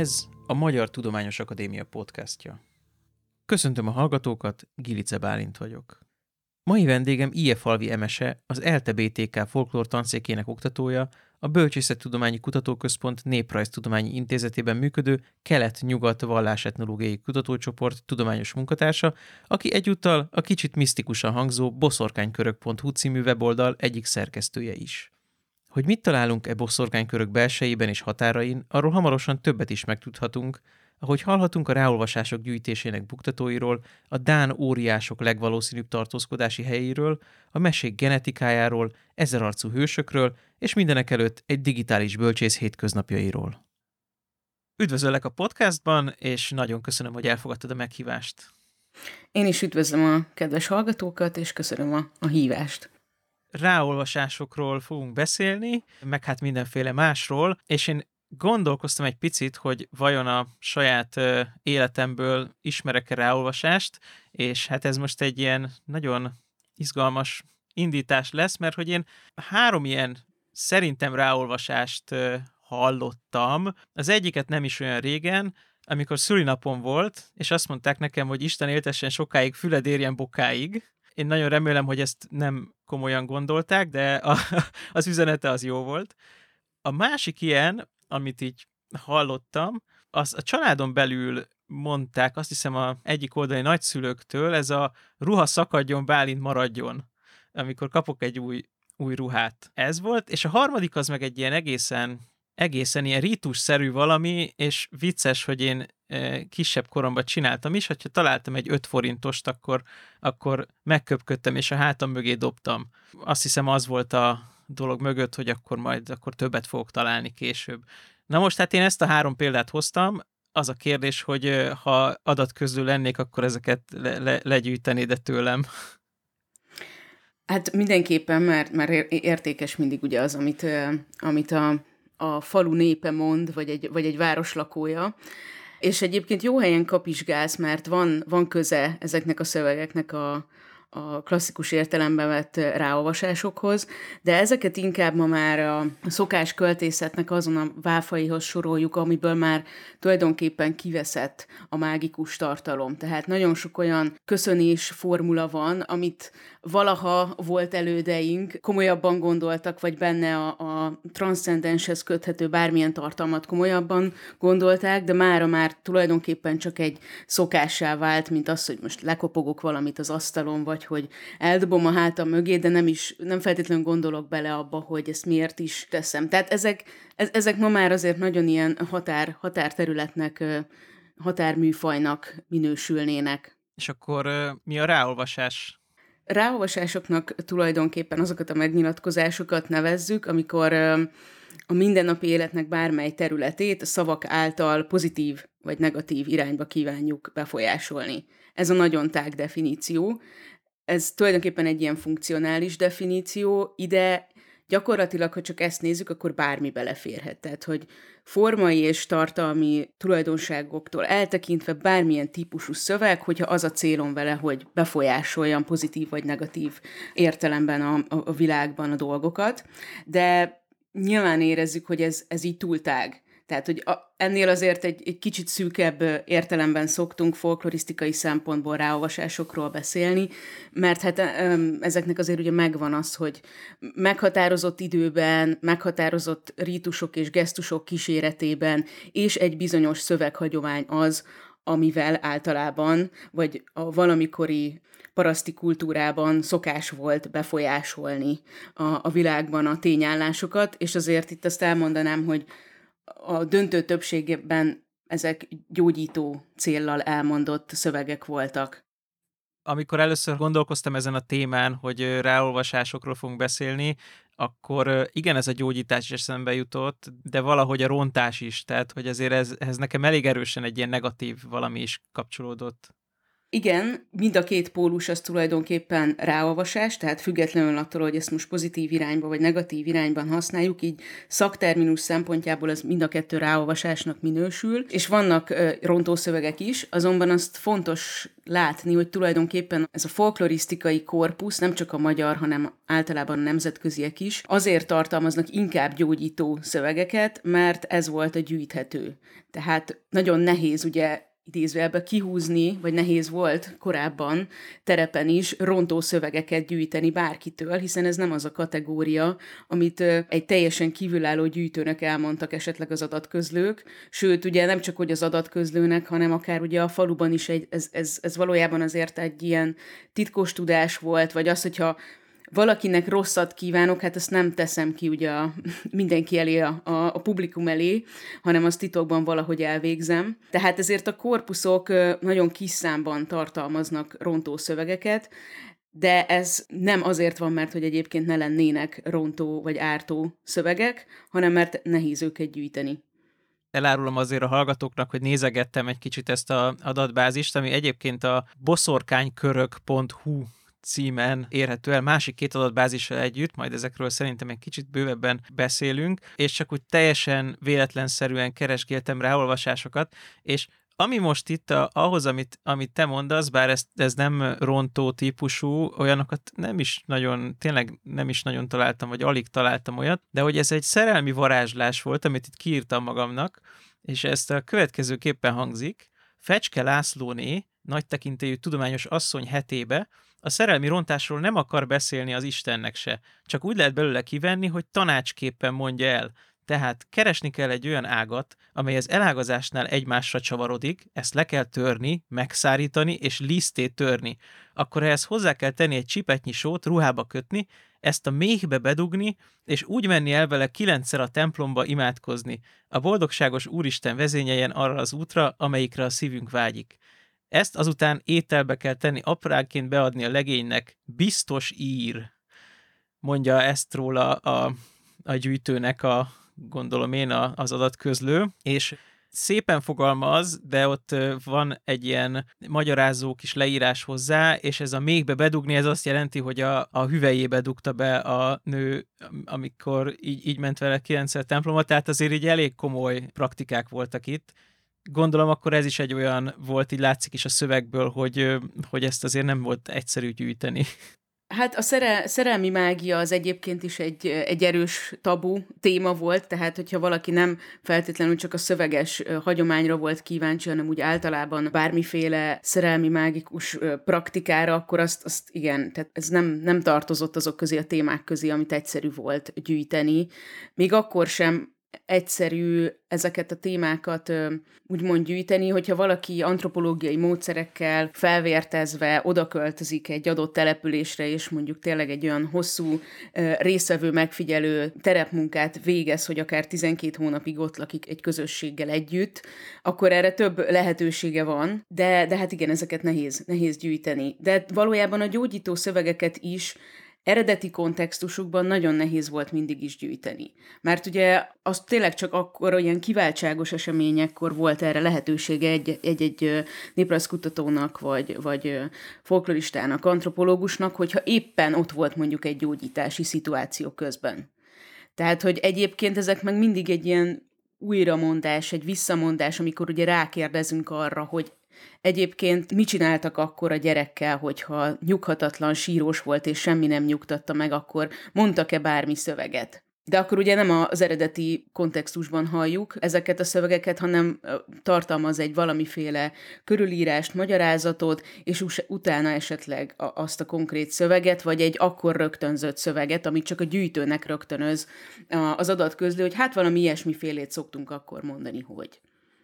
Ez a Magyar Tudományos Akadémia podcastja. Köszöntöm a hallgatókat, Gilice Bálint vagyok. Mai vendégem Ijefalvi Emese, az ELTE BTK folklór tanszékének oktatója, a Bölcsészettudományi Kutatóközpont Néprajztudományi Intézetében működő Kelet-Nyugat vallásetnológiai kutatócsoport tudományos munkatársa, aki egyúttal a kicsit misztikusan hangzó boszorkánykörök.hu című weboldal egyik szerkesztője is. Hogy mit találunk boszorkánykörök belsejében és határain, arról hamarosan többet is megtudhatunk, ahogy hallhatunk a ráolvasások gyűjtésének buktatóiról, a dán óriások legvalószínűbb tartózkodási helyéről, a mesék genetikájáról, ezerarcú hősökről, és mindenekelőtt egy digitális bölcsész hétköznapjairól. Üdvözöllek a podcastban, és nagyon köszönöm, hogy elfogadtad a meghívást. Én is üdvözlöm a kedves hallgatókat, és köszönöm a hívást. Ráolvasásokról fogunk beszélni, meg hát mindenféle másról, és én gondolkoztam egy picit, hogy vajon a saját életemből ismerek-e ráolvasást, és hát ez most egy ilyen nagyon izgalmas indítás lesz, mert hogy én 3 ilyen szerintem ráolvasást hallottam. Az egyiket nem is olyan régen, amikor szülinapom volt, és azt mondták nekem, hogy Isten éltessen sokáig, füled érjen bokáig. Én nagyon remélem, hogy ezt nem komolyan gondolták, de az üzenete az jó volt. A másik ilyen, amit így hallottam, az a családon belül mondták, azt hiszem a egyik oldali nagyszülőktől, ez a ruha szakadjon, Bálint maradjon, amikor kapok egy új ruhát. Ez volt, és a harmadik az meg egy ilyen egészen ilyen rítusszerű valami, és vicces, hogy én kisebb koromban csináltam is, hogyha találtam egy 5 forintost, akkor megköpködtem, és a hátam mögé dobtam. Azt hiszem az volt a dolog mögött, hogy akkor többet fogok találni később. Na most hát én ezt a 3 példát hoztam, az a kérdés, hogy ha adatközlő lennék, akkor ezeket legyűjtenéd tőlem. Hát mindenképpen, mert értékes mindig ugye az, amit a falu népe mond, vagy egy város lakója. És egyébként jó helyen kapizsgálsz, mert van köze ezeknek a szövegeknek a klasszikus értelemben vett ráolvasásokhoz, de ezeket inkább ma már a szokás költészetnek azon a válfaihoz soroljuk, amiből már tulajdonképpen kiveszett a mágikus tartalom. Tehát nagyon sok olyan köszönés formula van, amit valaha volt elődeink, komolyabban gondoltak, vagy benne a transzcendenshez köthető bármilyen tartalmat komolyabban gondolták, de mára már tulajdonképpen csak egy szokássá vált, mint az, hogy most lekopogok valamit az asztalon, vagy hogy eldobom a hátam mögé, de nem feltétlenül gondolok bele abba, hogy ezt miért is teszem. Tehát ezek ma már azért nagyon ilyen határterületnek, határműfajnak minősülnének. És akkor mi a ráolvasás? Ráolvasásoknak tulajdonképpen azokat a megnyilatkozásokat nevezzük, amikor a mindennapi életnek bármely területét a szavak által pozitív vagy negatív irányba kívánjuk befolyásolni. Ez a nagyon tág definíció. Ez tulajdonképpen egy ilyen funkcionális definíció, ide gyakorlatilag, ha csak ezt nézzük, akkor bármi beleférhet. Tehát, hogy formai és tartalmi tulajdonságoktól eltekintve bármilyen típusú szöveg, hogyha az a célom vele, hogy befolyásoljam pozitív vagy negatív értelemben a világban a dolgokat, de nyilván érezzük, hogy ez így túl tág. Tehát, hogy ennél azért egy kicsit szűkebb értelemben szoktunk folklorisztikai szempontból ráolvasásokról beszélni, mert hát ezeknek azért ugye megvan az, hogy meghatározott időben, meghatározott rítusok és gesztusok kíséretében, és egy bizonyos szöveghagyomány az, amivel általában, vagy a valamikori paraszti kultúrában szokás volt befolyásolni a világban a tényállásokat, és azért itt azt elmondanám, hogy a döntő többségében ezek gyógyító céllal elmondott szövegek voltak. Amikor először gondolkoztam ezen a témán, hogy ráolvasásokról fogunk beszélni, akkor igen, ez a gyógyítás is eszembe jutott, de valahogy a rontás is, tehát hogy azért ez nekem elég erősen egy ilyen negatív valami is kapcsolódott. Igen, mind a két pólus az tulajdonképpen ráolvasás, tehát függetlenül attól, hogy ezt most pozitív irányba vagy negatív irányban használjuk, így szakterminus szempontjából ez mind a kettő ráolvasásnak minősül, és vannak rontószövegek is, azonban azt fontos látni, hogy tulajdonképpen ez a folklorisztikai korpusz, nem csak a magyar, hanem általában a nemzetköziek is, azért tartalmaznak inkább gyógyító szövegeket, mert ez volt a gyűjthető. Tehát nagyon nehéz ugye idézőjelbe kihúzni, vagy nehéz volt korábban terepen is rontó szövegeket gyűjteni bárkitől, hiszen ez nem az a kategória, amit egy teljesen kívülálló gyűjtőnek elmondtak esetleg az adatközlők, sőt, ugye nem csak hogy az adatközlőnek, hanem akár ugye a faluban is ez valójában azért egy ilyen titkos tudás volt, vagy az, hogyha valakinek rosszat kívánok, hát ezt nem teszem ki ugye mindenki elé, a publikum elé, hanem azt titokban valahogy elvégzem. Tehát ezért a korpuszok nagyon kis számban tartalmaznak rontó szövegeket, de ez nem azért van, mert hogy egyébként ne lennének rontó vagy ártó szövegek, hanem mert nehéz őket gyűjteni. Elárulom azért a hallgatóknak, hogy nézegettem egy kicsit ezt az adatbázist, ami egyébként a boszorkánykörök.hu címen érhető el, másik két adatbázissal együtt, majd ezekről szerintem egy kicsit bővebben beszélünk, és csak úgy teljesen véletlenszerűen keresgéltem rá olvasásokat, és ami most itt ahhoz, amit te mondasz, bár ez nem rontó típusú, olyanokat tényleg nem is nagyon találtam, vagy alig találtam olyat, de hogy ez egy szerelmi varázslás volt, amit itt kiírtam magamnak, és ezt a következőképpen hangzik: Fecske Lászlóné, nagy tekintélyű tudományos asszony hetébe a szerelmi rontásról nem akar beszélni az Istennek se, csak úgy lehet belőle kivenni, hogy tanácsképpen mondja el. Tehát keresni kell egy olyan ágat, amely az elágazásnál egymásra csavarodik, ezt le kell törni, megszárítani és lisztét törni. Akkor ehhez hozzá kell tenni egy csipetnyi sót, ruhába kötni, ezt a méhbe bedugni, és úgy menni el vele 9-szer a templomba imádkozni. A boldogságos Úristen vezényeljen arra az útra, amelyikre a szívünk vágyik. Ezt azután ételbe kell tenni, apránként beadni a legénynek. Biztos ír, mondja ezt róla a gyűjtőnek gondolom én az adatközlő, és szépen fogalmaz, de ott van egy ilyen magyarázó kis leírás hozzá, és ez a méhbe bedugni, ez azt jelenti, hogy a hüvelyébe dugta be a nő, amikor így ment vele 9-szer templomba, tehát azért így elég komoly praktikák voltak itt. Gondolom akkor ez is egy olyan volt, így látszik is a szövegből, hogy ezt azért nem volt egyszerű gyűjteni. Hát a szerelmi mágia az egyébként is egy erős tabu téma volt, tehát hogyha valaki nem feltétlenül csak a szöveges hagyományra volt kíváncsi, hanem úgy általában bármiféle szerelmi mágikus praktikára, akkor azt igen, tehát ez nem tartozott azok közé a témák közé, amit egyszerű volt gyűjteni. Még akkor sem egyszerű ezeket a témákat úgymond gyűjteni, hogyha valaki antropológiai módszerekkel felvértezve odaköltözik egy adott településre, és mondjuk tényleg egy olyan hosszú résztvevő megfigyelő terepmunkát végez, hogy akár 12 hónapig ott lakik egy közösséggel együtt, akkor erre több lehetősége van, de hát igen, ezeket nehéz gyűjteni. De valójában a gyógyító szövegeket is eredeti kontextusukban nagyon nehéz volt mindig is gyűjteni. Mert ugye az tényleg csak akkor olyan kiváltságos eseményekkor volt erre lehetősége egy néprajzkutatónak, vagy folkloristának, antropológusnak, hogyha éppen ott volt mondjuk egy gyógyítási szituáció közben. Tehát, hogy egyébként ezek meg mindig egy ilyen újramondás, egy visszamondás, amikor ugye rákérdezünk arra, hogy egyébként mit csináltak akkor a gyerekkel, hogyha nyughatatlan, sírós volt, és semmi nem nyugtatta meg, akkor mondtak-e bármi szöveget? De akkor ugye nem az eredeti kontextusban halljuk ezeket a szövegeket, hanem tartalmaz egy valamiféle körülírást, magyarázatot, és utána esetleg azt a konkrét szöveget, vagy egy akkor rögtönzött szöveget, amit csak a gyűjtőnek rögtönöz az adatközlő, hogy hát valami ilyesmifélét szoktunk akkor mondani, hogy.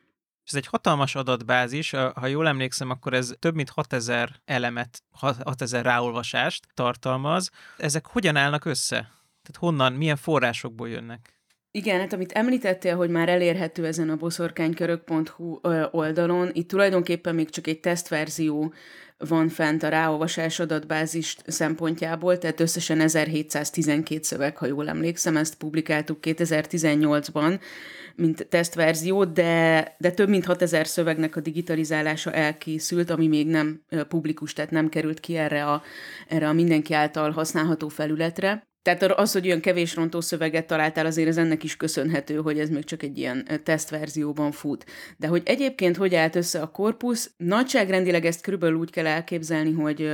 Ez egy hatalmas adatbázis, ha jól emlékszem, akkor ez több mint 6000 elemet, 6000 ráolvasást tartalmaz. Ezek hogyan állnak össze? Tehát honnan, milyen forrásokból jönnek? Igen, hát amit említettél, hogy már elérhető ezen a boszorkánykörök.hu oldalon, itt tulajdonképpen még csak egy tesztverzió van fent a ráolvasás adatbázis szempontjából, tehát összesen 1712 szöveg, ha jól emlékszem, ezt publikáltuk 2018-ban, mint tesztverzió, de több mint 6000 szövegnek a digitalizálása elkészült, ami még nem publikus, tehát nem került ki erre a mindenki által használható felületre. Tehát az, hogy olyan kevés rontó szöveget találtál, azért ez ennek is köszönhető, hogy ez még csak egy ilyen tesztverzióban fut. De hogy egyébként hogy állt össze a korpusz, nagyságrendileg ezt körülbelül úgy kell elképzelni, hogy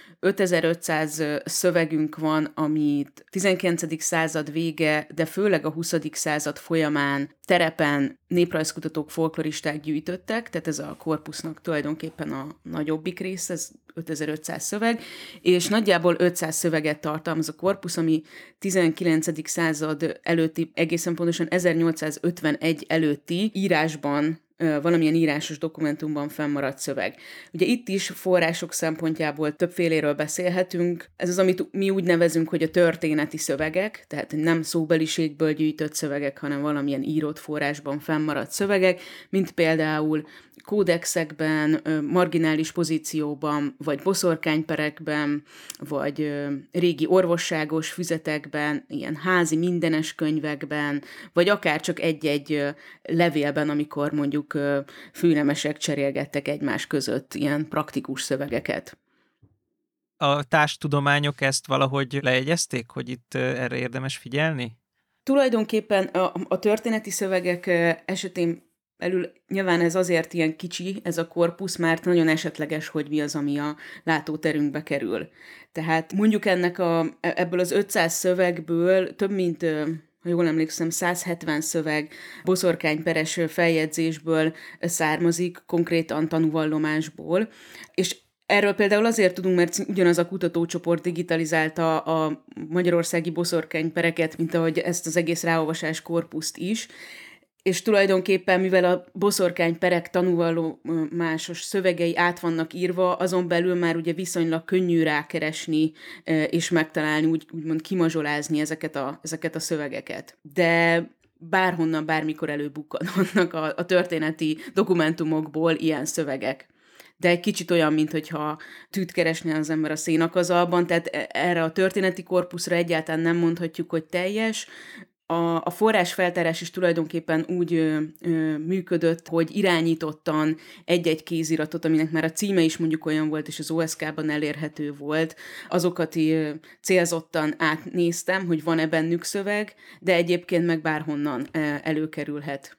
5500 szövegünk van, amit 19. század vége, de főleg a 20. század folyamán terepen néprajzkutatók, folkloristák gyűjtöttek, tehát ez a korpusznak tulajdonképpen a nagyobbik része, ez 5500 szöveg, és nagyjából 500 szöveget tartalmaz a korpusz, ami 19. század előtti, egészen pontosan 1851 előtti írásban, valamilyen írásos dokumentumban fennmaradt szöveg. Ugye itt is források szempontjából többféléről beszélhetünk. Ez az, amit mi úgy nevezünk, hogy a történeti szövegek, tehát nem szóbeliségből gyűjtött szövegek, hanem valamilyen írott forrásban fennmaradt szövegek, mint például kódexekben, marginális pozícióban, vagy boszorkányperekben, vagy régi orvosságos füzetekben, ilyen házi mindenes könyvekben, vagy akár csak egy-egy levélben, amikor mondjuk főnemesek cserélgettek egymás között ilyen praktikus szövegeket. A társtudományok ezt valahogy lejegyezték, hogy itt erre érdemes figyelni? Tulajdonképpen a történeti szövegek esetén belül nyilván ez azért ilyen kicsi, ez a korpusz, mert nagyon esetleges, hogy mi az, ami a látóterünkbe kerül. Tehát mondjuk ebből az 500 szövegből több mint, ha jól emlékszem, 170 szöveg boszorkányperes feljegyzésből származik, konkrétan tanúvallomásból, és erről például azért tudunk, mert ugyanaz a kutatócsoport digitalizálta a magyarországi boszorkánypereket, mint ahogy ezt az egész ráolvasás korpuszt is, és tulajdonképpen, mivel a boszorkányperek tanúvallomásos szövegei át vannak írva, azon belül már ugye viszonylag könnyű rákeresni és megtalálni, úgymond kimazsolázni ezeket a szövegeket. De bárhonnan, bármikor előbukkanhatnak a történeti dokumentumokból ilyen szövegek. De egy kicsit olyan, mintha tűt keresne az ember a szénakazalban, tehát erre a történeti korpuszra egyáltalán nem mondhatjuk, hogy teljes. A forrásfeltárás is tulajdonképpen úgy működött, hogy irányítottan egy-egy kéziratot, aminek már a címe is mondjuk olyan volt, és az OSK-ban elérhető volt, azokat célzottan átnéztem, hogy van-e bennük szöveg, de egyébként meg bárhonnan előkerülhet.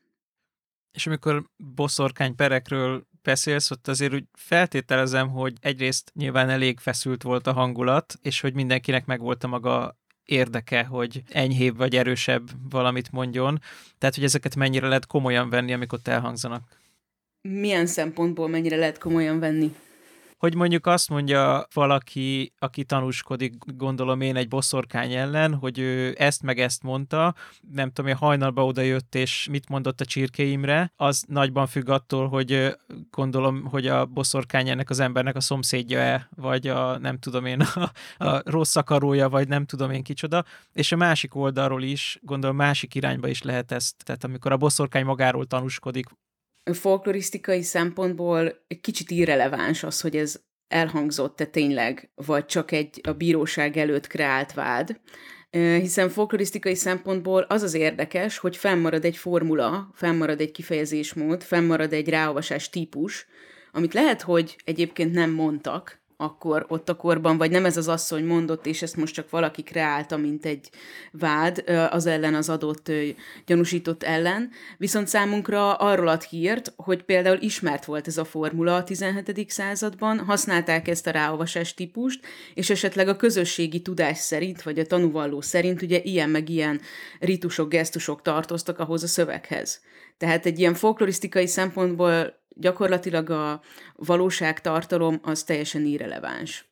És amikor boszorkányperekről beszélsz, ott azért úgy feltételezem, hogy egyrészt nyilván elég feszült volt a hangulat, és hogy mindenkinek megvolt a maga érdeke, hogy enyhébb vagy erősebb valamit mondjon. Tehát, hogy ezeket mennyire lehet komolyan venni, amikor ott elhangzanak. Milyen szempontból mennyire lehet komolyan venni? Hogy mondjuk azt mondja valaki, aki tanúskodik, gondolom én, egy boszorkány ellen, hogy ő ezt meg ezt mondta, nem tudom, hogy hajnalba oda jött, és mit mondott a Csirke Imre, az nagyban függ attól, hogy gondolom, hogy a boszorkány ennek az embernek a szomszédja-e, vagy nem tudom én, a rossz akarója, vagy nem tudom én kicsoda, és a másik oldalról is, gondolom másik irányba is lehet ezt, tehát amikor a boszorkány magáról tanúskodik. Folklorisztikai szempontból egy kicsit irreleváns az, hogy ez elhangzott-e tényleg, vagy csak a bíróság előtt kreált vád, hiszen folklorisztikai szempontból az az érdekes, hogy fennmarad egy formula, fennmarad egy kifejezésmód, fennmarad egy ráolvasás típus, amit lehet, hogy egyébként nem mondtak, akkor ott a korban, vagy nem ez az asszony mondott, és ezt most csak valaki kreálta, mint egy vád az ellen, az adott gyanúsított ellen. Viszont számunkra arról ad hírt, hogy például ismert volt ez a formula a 17. században, használták ezt a ráolvasás típust, és esetleg a közösségi tudás szerint, vagy a tanúvalló szerint ugye ilyen meg ilyen ritusok, gesztusok tartoztak ahhoz a szöveghez. Tehát egy ilyen folklorisztikai szempontból gyakorlatilag a valóságtartalom az teljesen irreleváns.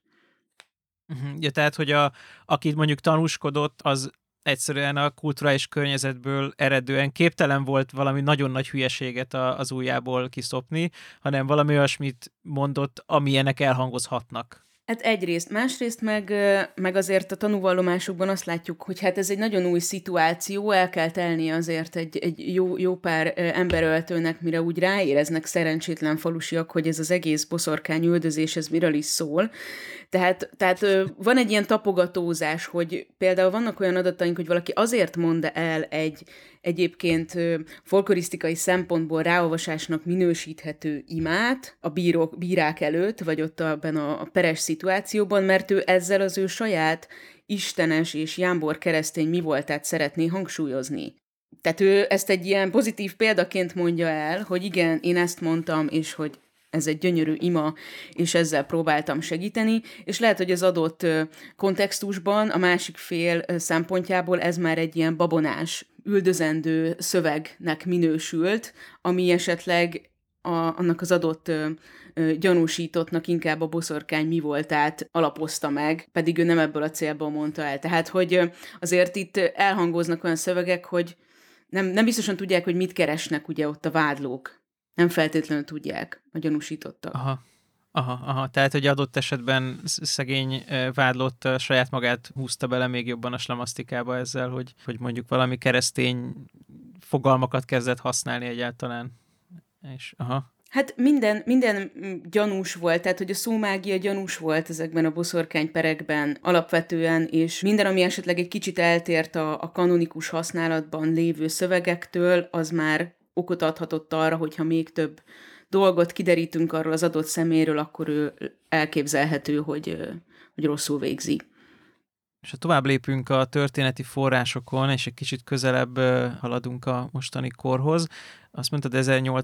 Ja, tehát, hogy aki mondjuk tanúskodott, az egyszerűen a kulturális környezetből eredően képtelen volt valami nagyon nagy hülyeséget az ujjából kiszopni, hanem valami olyasmit mondott, amilyenek elhangozhatnak. Hát egyrészt, másrészt meg azért a tanúvallomásokban azt látjuk, hogy hát ez egy nagyon új szituáció, el kell telnie azért egy jó pár emberöltőnek, mire úgy ráéreznek szerencsétlen falusiak, hogy ez az egész boszorkány üldözés, ez miről is szól. Tehát van egy ilyen tapogatózás, hogy például vannak olyan adataink, hogy valaki azért mond el egy egyébként folklorisztikai szempontból ráolvasásnak minősíthető imát a bírák előtt, vagy ott abban a peres szituációban, mert ő ezzel az ő saját istenes és jámbor keresztény mi voltát szeretné hangsúlyozni. Tehát ő ezt egy ilyen pozitív példaként mondja el, hogy igen, én ezt mondtam, és hogy ez egy gyönyörű ima, és ezzel próbáltam segíteni, és lehet, hogy az adott kontextusban a másik fél szempontjából ez már egy ilyen babonás, üldözendő szövegnek minősült, ami esetleg annak az adott gyanúsítottnak inkább a boszorkány mi voltát alapozta meg, pedig ő nem ebből a célból mondta el. Tehát, hogy azért itt elhangoznak olyan szövegek, hogy nem biztosan tudják, hogy mit keresnek ugye ott a vádlók. Nem feltétlenül tudják a gyanúsítottak. Aha. Tehát, hogy adott esetben szegény vádlott saját magát húzta bele még jobban a slamasztikába ezzel, hogy mondjuk valami keresztény fogalmakat kezdett használni egyáltalán. És Hát minden gyanús volt, tehát hogy a szómágia gyanús volt ezekben a boszorkányperekben alapvetően, és minden, ami esetleg egy kicsit eltért a kanonikus használatban lévő szövegektől, az már okot adhatott arra, hogyha még több dolgot kiderítünk arról az adott szeméről, akkor ő elképzelhető, hogy rosszul végzi. És ha tovább lépünk a történeti forrásokon, és egy kicsit közelebb haladunk a mostani korhoz, azt mondtad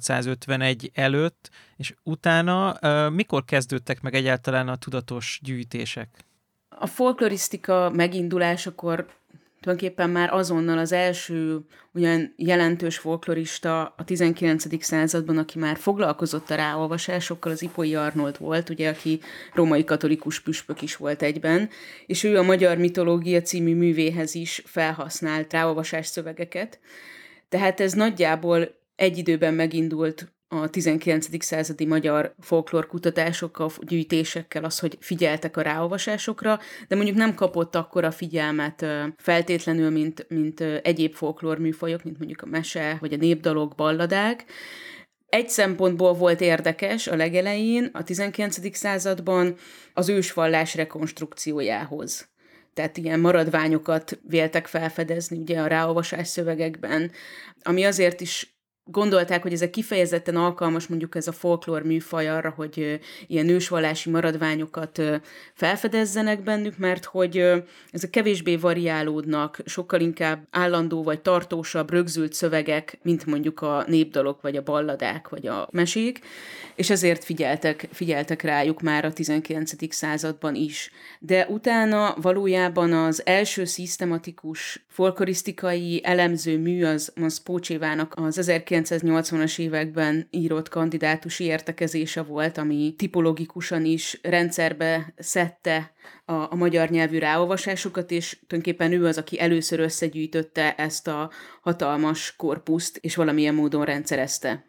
1851 előtt, és utána mikor kezdődtek meg egyáltalán a tudatos gyűjtések? A folklorisztika megindulásakor tulajdonképpen már azonnal az első olyan jelentős folklorista a 19. században, aki már foglalkozott a ráolvasásokkal, az Ipoly Arnold volt, ugye, aki római katolikus püspök is volt egyben, és ő a Magyar Mitológia című művéhez is felhasznált ráolvasás szövegeket. Tehát ez nagyjából egy időben megindult a 19. századi magyar folklórkutatásokkal, gyűjtésekkel az, hogy figyeltek a ráolvasásokra, de mondjuk nem kapott akkora figyelmet feltétlenül, mint egyéb folklórműfajok, mint mondjuk a mese, vagy a népdalok, balladák. Egy szempontból volt érdekes a legelején, a 19. században az ősvallás rekonstrukciójához. Tehát ilyen maradványokat véltek felfedezni ugye a ráolvasás szövegekben, ami azért is gondolták, hogy ezek kifejezetten alkalmas mondjuk ez a folklór műfaj arra, hogy ilyen ősvallási maradványokat felfedezzenek bennük, mert hogy ezek kevésbé variálódnak, sokkal inkább állandó vagy tartósabb, rögzült szövegek, mint mondjuk a népdalok, vagy a balladák, vagy a mesék, és ezért figyeltek rájuk már a 19. században is. De utána valójában az első szisztematikus folklorisztikai elemző mű az Pócsévának az 1980-as években írott kandidátusi értekezése volt, ami tipologikusan is rendszerbe szedte a magyar nyelvű ráolvasásokat, és tulajdonképpen ő az, aki először összegyűjtötte ezt a hatalmas korpuszt, és valamilyen módon rendszerezte.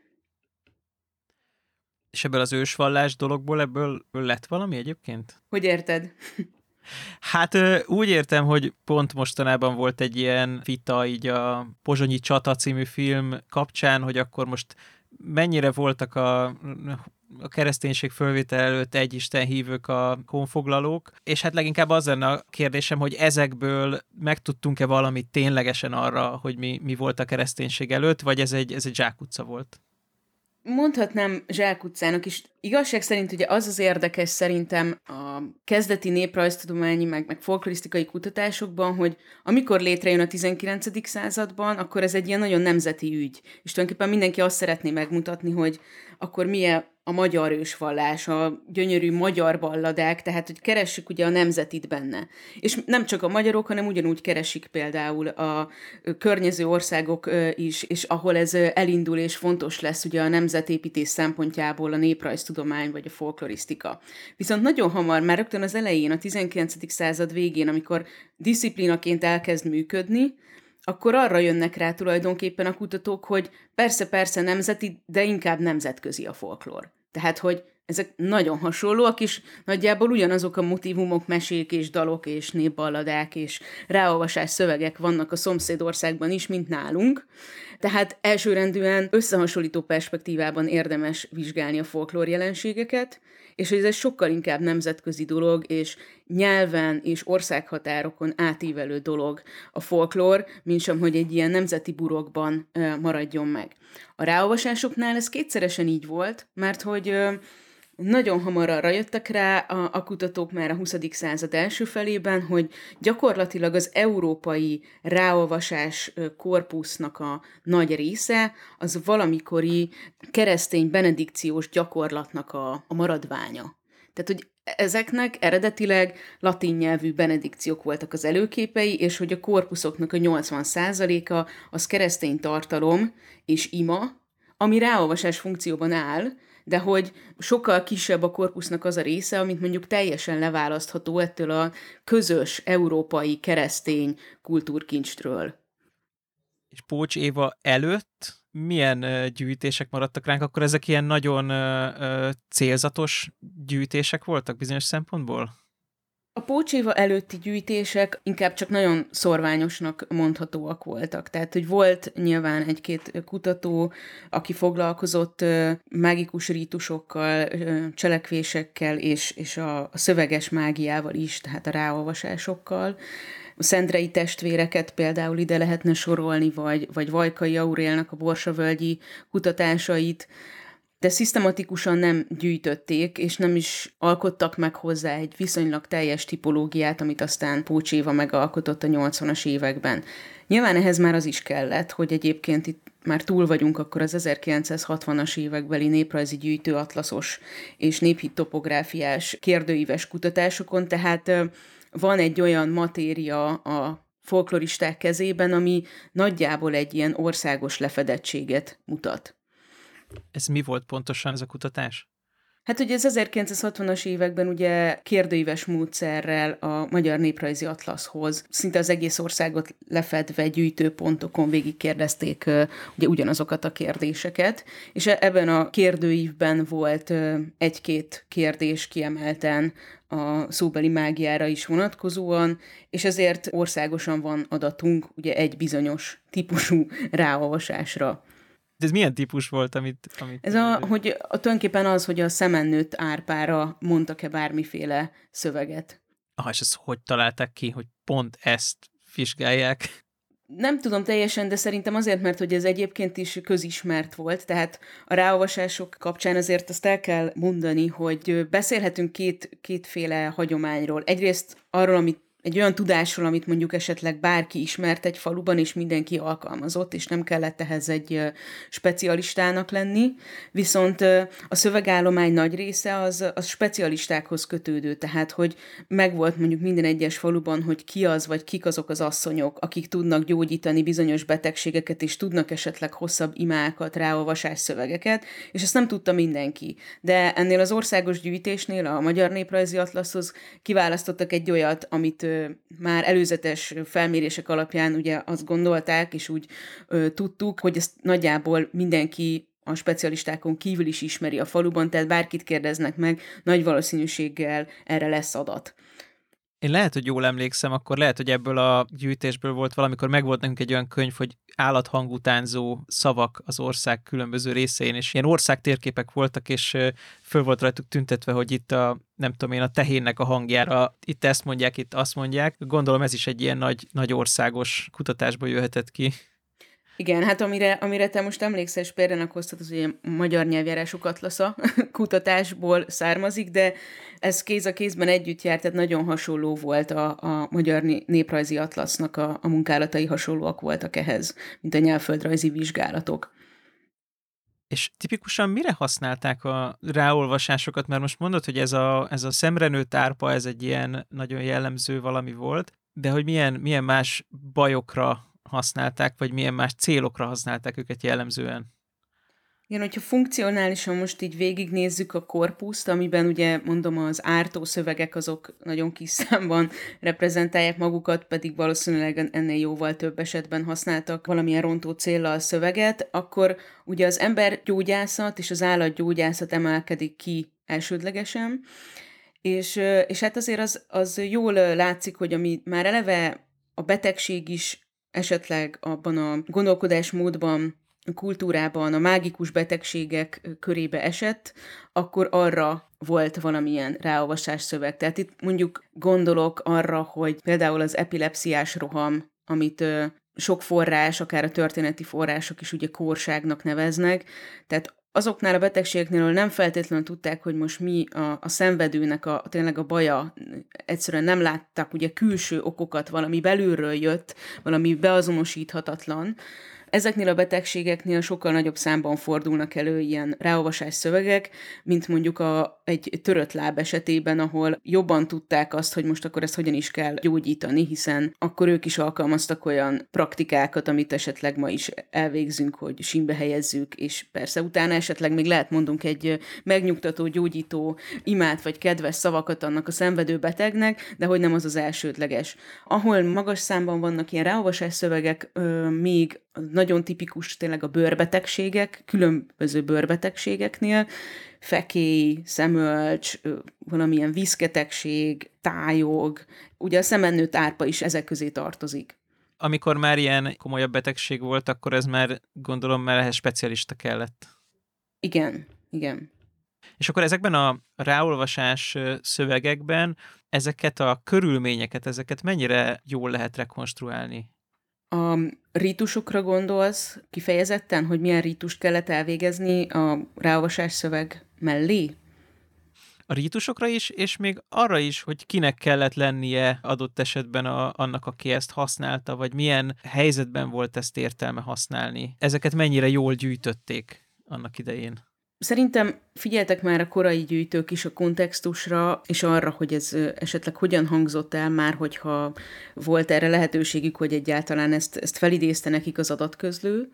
És ebből az ősvallás dologból ebből lett valami egyébként? Hogy érted? Hát úgy értem, hogy pont mostanában volt egy ilyen vita így a Pozsonyi Csata című film kapcsán, hogy akkor most mennyire voltak a kereszténység fölvétel előtt egy Isten hívők a honfoglalók, és hát leginkább az lenne a kérdésem, hogy ezekből megtudtunk-e valamit ténylegesen arra, hogy mi volt a kereszténység előtt, vagy ez egy zsákutca volt? Mondhatnám zsákutcának is. Igazság szerint ugye az érdekes szerintem a kezdeti néprajztudományi, meg folklorisztikai kutatásokban, hogy amikor létrejön a 19. században, akkor ez egy ilyen nagyon nemzeti ügy. És tulajdonképpen mindenki azt szeretné megmutatni, hogy akkor milyen a magyar ősvallás, a gyönyörű magyar balladák, tehát hogy keressük ugye a nemzetit benne. És nem csak a magyarok, hanem ugyanúgy keresik például a környező országok is, és ahol ez elindul és fontos lesz ugye a nemzetépítés szempontjából a néprajztudomány vagy a folklorisztika. Viszont nagyon hamar, már rögtön az elején, a 19. század végén, amikor disziplínaként elkezd működni, akkor arra jönnek rá tulajdonképpen a kutatók, hogy persze nemzeti, de inkább nemzetközi a folklór. Tehát, hogy Ezek nagyon hasonlóak, és nagyjából ugyanazok a motívumok, mesék és dalok és népballadák és ráolvasás szövegek vannak a szomszédországban is, mint nálunk. Tehát elsőrendűen összehasonlító perspektívában érdemes vizsgálni a folklór jelenségeket, és hogy ez egy sokkal inkább nemzetközi dolog, és nyelven és országhatárokon átívelő dolog a folklór, mint sem, hogy egy ilyen nemzeti burokban maradjon meg. A ráolvasásoknál ez kétszeresen így volt, mert hogy nagyon hamar arra jöttek rá a kutatók már a 20. század első felében, hogy gyakorlatilag az európai ráolvasás korpusznak a nagy része az valamikori keresztény benedikciós gyakorlatnak a maradványa. Tehát, hogy ezeknek eredetileg latin nyelvű benedikciók voltak az előképei, és hogy a korpuszoknak a 80%-a az keresztény tartalom és ima, ami ráolvasás funkcióban áll, de hogy sokkal kisebb a korpusznak az a része, amit mondjuk teljesen leválasztható ettől a közös európai keresztény kultúrkincstről. És Pócs Éva előtt milyen gyűjtések maradtak ránk? Akkor ezek ilyen nagyon célzatos gyűjtések voltak bizonyos szempontból? A Pócs Éva előtti gyűjtések inkább csak nagyon szorványosnak mondhatóak voltak. Tehát, hogy volt nyilván egy-két kutató, aki foglalkozott mágikus rítusokkal, cselekvésekkel és a szöveges mágiával is, tehát a ráolvasásokkal. A Szendrei testvéreket például ide lehetne sorolni, vagy Vajkai Aurélnak a Borsavölgyi kutatásait, de szisztematikusan nem gyűjtötték, és nem is alkottak meg hozzá egy viszonylag teljes tipológiát, amit aztán Pócs Éva megalkotott a 80-as években. Nyilván ehhez már az is kellett, hogy egyébként itt már túl vagyunk akkor az 1960-as évekbeli néprajzi gyűjtőatlaszos és néphittopográfiás kérdőíves kutatásokon, tehát van egy olyan matéria a folkloristák kezében, ami nagyjából egy ilyen országos lefedettséget mutat. Ez mi volt pontosan ez a kutatás? Hát ugye az 1960-as években ugye kérdőíves módszerrel a Magyar Néprajzi Atlaszhoz szinte az egész országot lefedve gyűjtőpontokon végigkérdezték ugye ugyanazokat a kérdéseket, és ebben a kérdőívben volt egy-két kérdés kiemelten a szóbeli mágiára is vonatkozóan, és ezért országosan van adatunk ugye egy bizonyos típusú ráolvasásra. De ez milyen típus volt, amit... Ez tulajdonképpen az, hogy a szemen nőtt árpára mondtak-e bármiféle szöveget. És ezt hogy találták ki, hogy pont ezt vizsgálják? Nem tudom teljesen, de szerintem azért, mert hogy ez egyébként is közismert volt, tehát a ráolvasások kapcsán azért azt el kell mondani, hogy beszélhetünk kétféle hagyományról. Egyrészt arról, amit egy olyan tudásról, amit mondjuk esetleg bárki ismert egy faluban, és mindenki alkalmazott, és nem kellett ehhez egy specialistának lenni, viszont a szövegállomány nagy része az specialistákhoz kötődő, tehát hogy megvolt mondjuk minden egyes faluban, hogy ki az, vagy kik azok az asszonyok, akik tudnak gyógyítani bizonyos betegségeket, és tudnak esetleg hosszabb imákat, ráolvasás szövegeket, és ezt nem tudta mindenki. De ennél az országos gyűjtésnél, a Magyar Néprajzi Atlaszhoz kiválasztottak egy olyat, amit már előzetes felmérések alapján ugye azt gondolták, és úgy tudtuk, hogy ezt nagyjából mindenki a specialistákon kívül is ismeri a faluban, tehát bárkit kérdeznek meg, nagy valószínűséggel erre lesz adat. Én lehet, hogy jól emlékszem, akkor lehet, hogy ebből a gyűjtésből volt valamikor megvolt nekünk egy olyan könyv, hogy állathangutánzó szavak az ország különböző részein, és ilyen országtérképek voltak, és föl volt rajtuk tüntetve, hogy itt nem tudom én, a tehénnek a hangjára itt ezt mondják, itt azt mondják. Gondolom ez is egy ilyen nagy országos kutatásból jöhetett ki. Igen, hát amire te most emlékszel, és például hoztad, az ugye a magyar nyelvjárások atlasza kutatásból származik, de ez kéz a kézben együtt járt, tehát nagyon hasonló volt a Magyar Néprajzi Atlasznak a munkálatai hasonlóak voltak ehhez, mint a nyelvföldrajzi vizsgálatok. És tipikusan mire használták a ráolvasásokat? Mert most mondod, hogy ez a szemrenőtt árpa, ez egy ilyen nagyon jellemző valami volt, de hogy milyen más bajokra használták, vagy milyen más célokra használták őket jellemzően? Igen, hogyha funkcionálisan most így végignézzük a korpuszt, amiben ugye mondom az ártó szövegek azok nagyon kis számban reprezentálják magukat, pedig valószínűleg ennél jóval több esetben használtak valamilyen rontó céllal a szöveget, akkor ugye az embergyógyászat és az állatgyógyászat emelkedik ki elsődlegesen, és hát azért az jól látszik, hogy ami már eleve a betegség is esetleg abban a gondolkodásmódban, a kultúrában a mágikus betegségek körébe esett, akkor arra volt valamilyen ráolvasás szöveg. Tehát itt mondjuk gondolok arra, hogy például az epilepsziás roham, amit sok forrás, akár a történeti források is ugye kórságnak neveznek, tehát azoknál a betegségeknél, ahol nem feltétlenül tudták, hogy most mi a szenvedőnek tényleg a baja, egyszerűen nem láttak ugye külső okokat, valami belülről jött, valami beazonosíthatatlan. Ezeknél a betegségeknél sokkal nagyobb számban fordulnak elő ilyen ráolvasás szövegek, mint mondjuk egy törött láb esetében, ahol jobban tudták azt, hogy most akkor ezt hogyan is kell gyógyítani, hiszen akkor ők is alkalmaztak olyan praktikákat, amit esetleg ma is elvégzünk, hogy sínbe helyezzük, és persze utána esetleg még lehet mondunk egy megnyugtató, gyógyító imát vagy kedves szavakat annak a szenvedő betegnek, de hogy nem az az elsődleges. Ahol magas számban vannak ilyen ráolvasás szövegek, még nagyon tipikus tényleg a bőrbetegségek, különböző bőrbetegségeknél, fekély, szemölcs, valamilyen vízketegség, tájog, ugye a szemennőtt árpa is ezek közé tartozik. Amikor már ilyen komolyabb betegség volt, akkor ez már gondolom már ehhez specialista kellett. Igen, igen. És akkor ezekben a ráolvasás szövegekben ezeket a körülményeket, ezeket mennyire jól lehet rekonstruálni? A rítusokra gondolsz kifejezetten, hogy milyen rítust kellett elvégezni a ráolvasás szöveg mellé? A rítusokra is, és még arra is, hogy kinek kellett lennie adott esetben annak, aki ezt használta, vagy milyen helyzetben volt ezt értelme használni. Ezeket mennyire jól gyűjtötték annak idején? Szerintem figyeltek már a korai gyűjtők is a kontextusra, és arra, hogy ez esetleg hogyan hangzott el már, hogyha volt erre lehetőségük, hogy egyáltalán ezt felidézte nekik az adatközlő.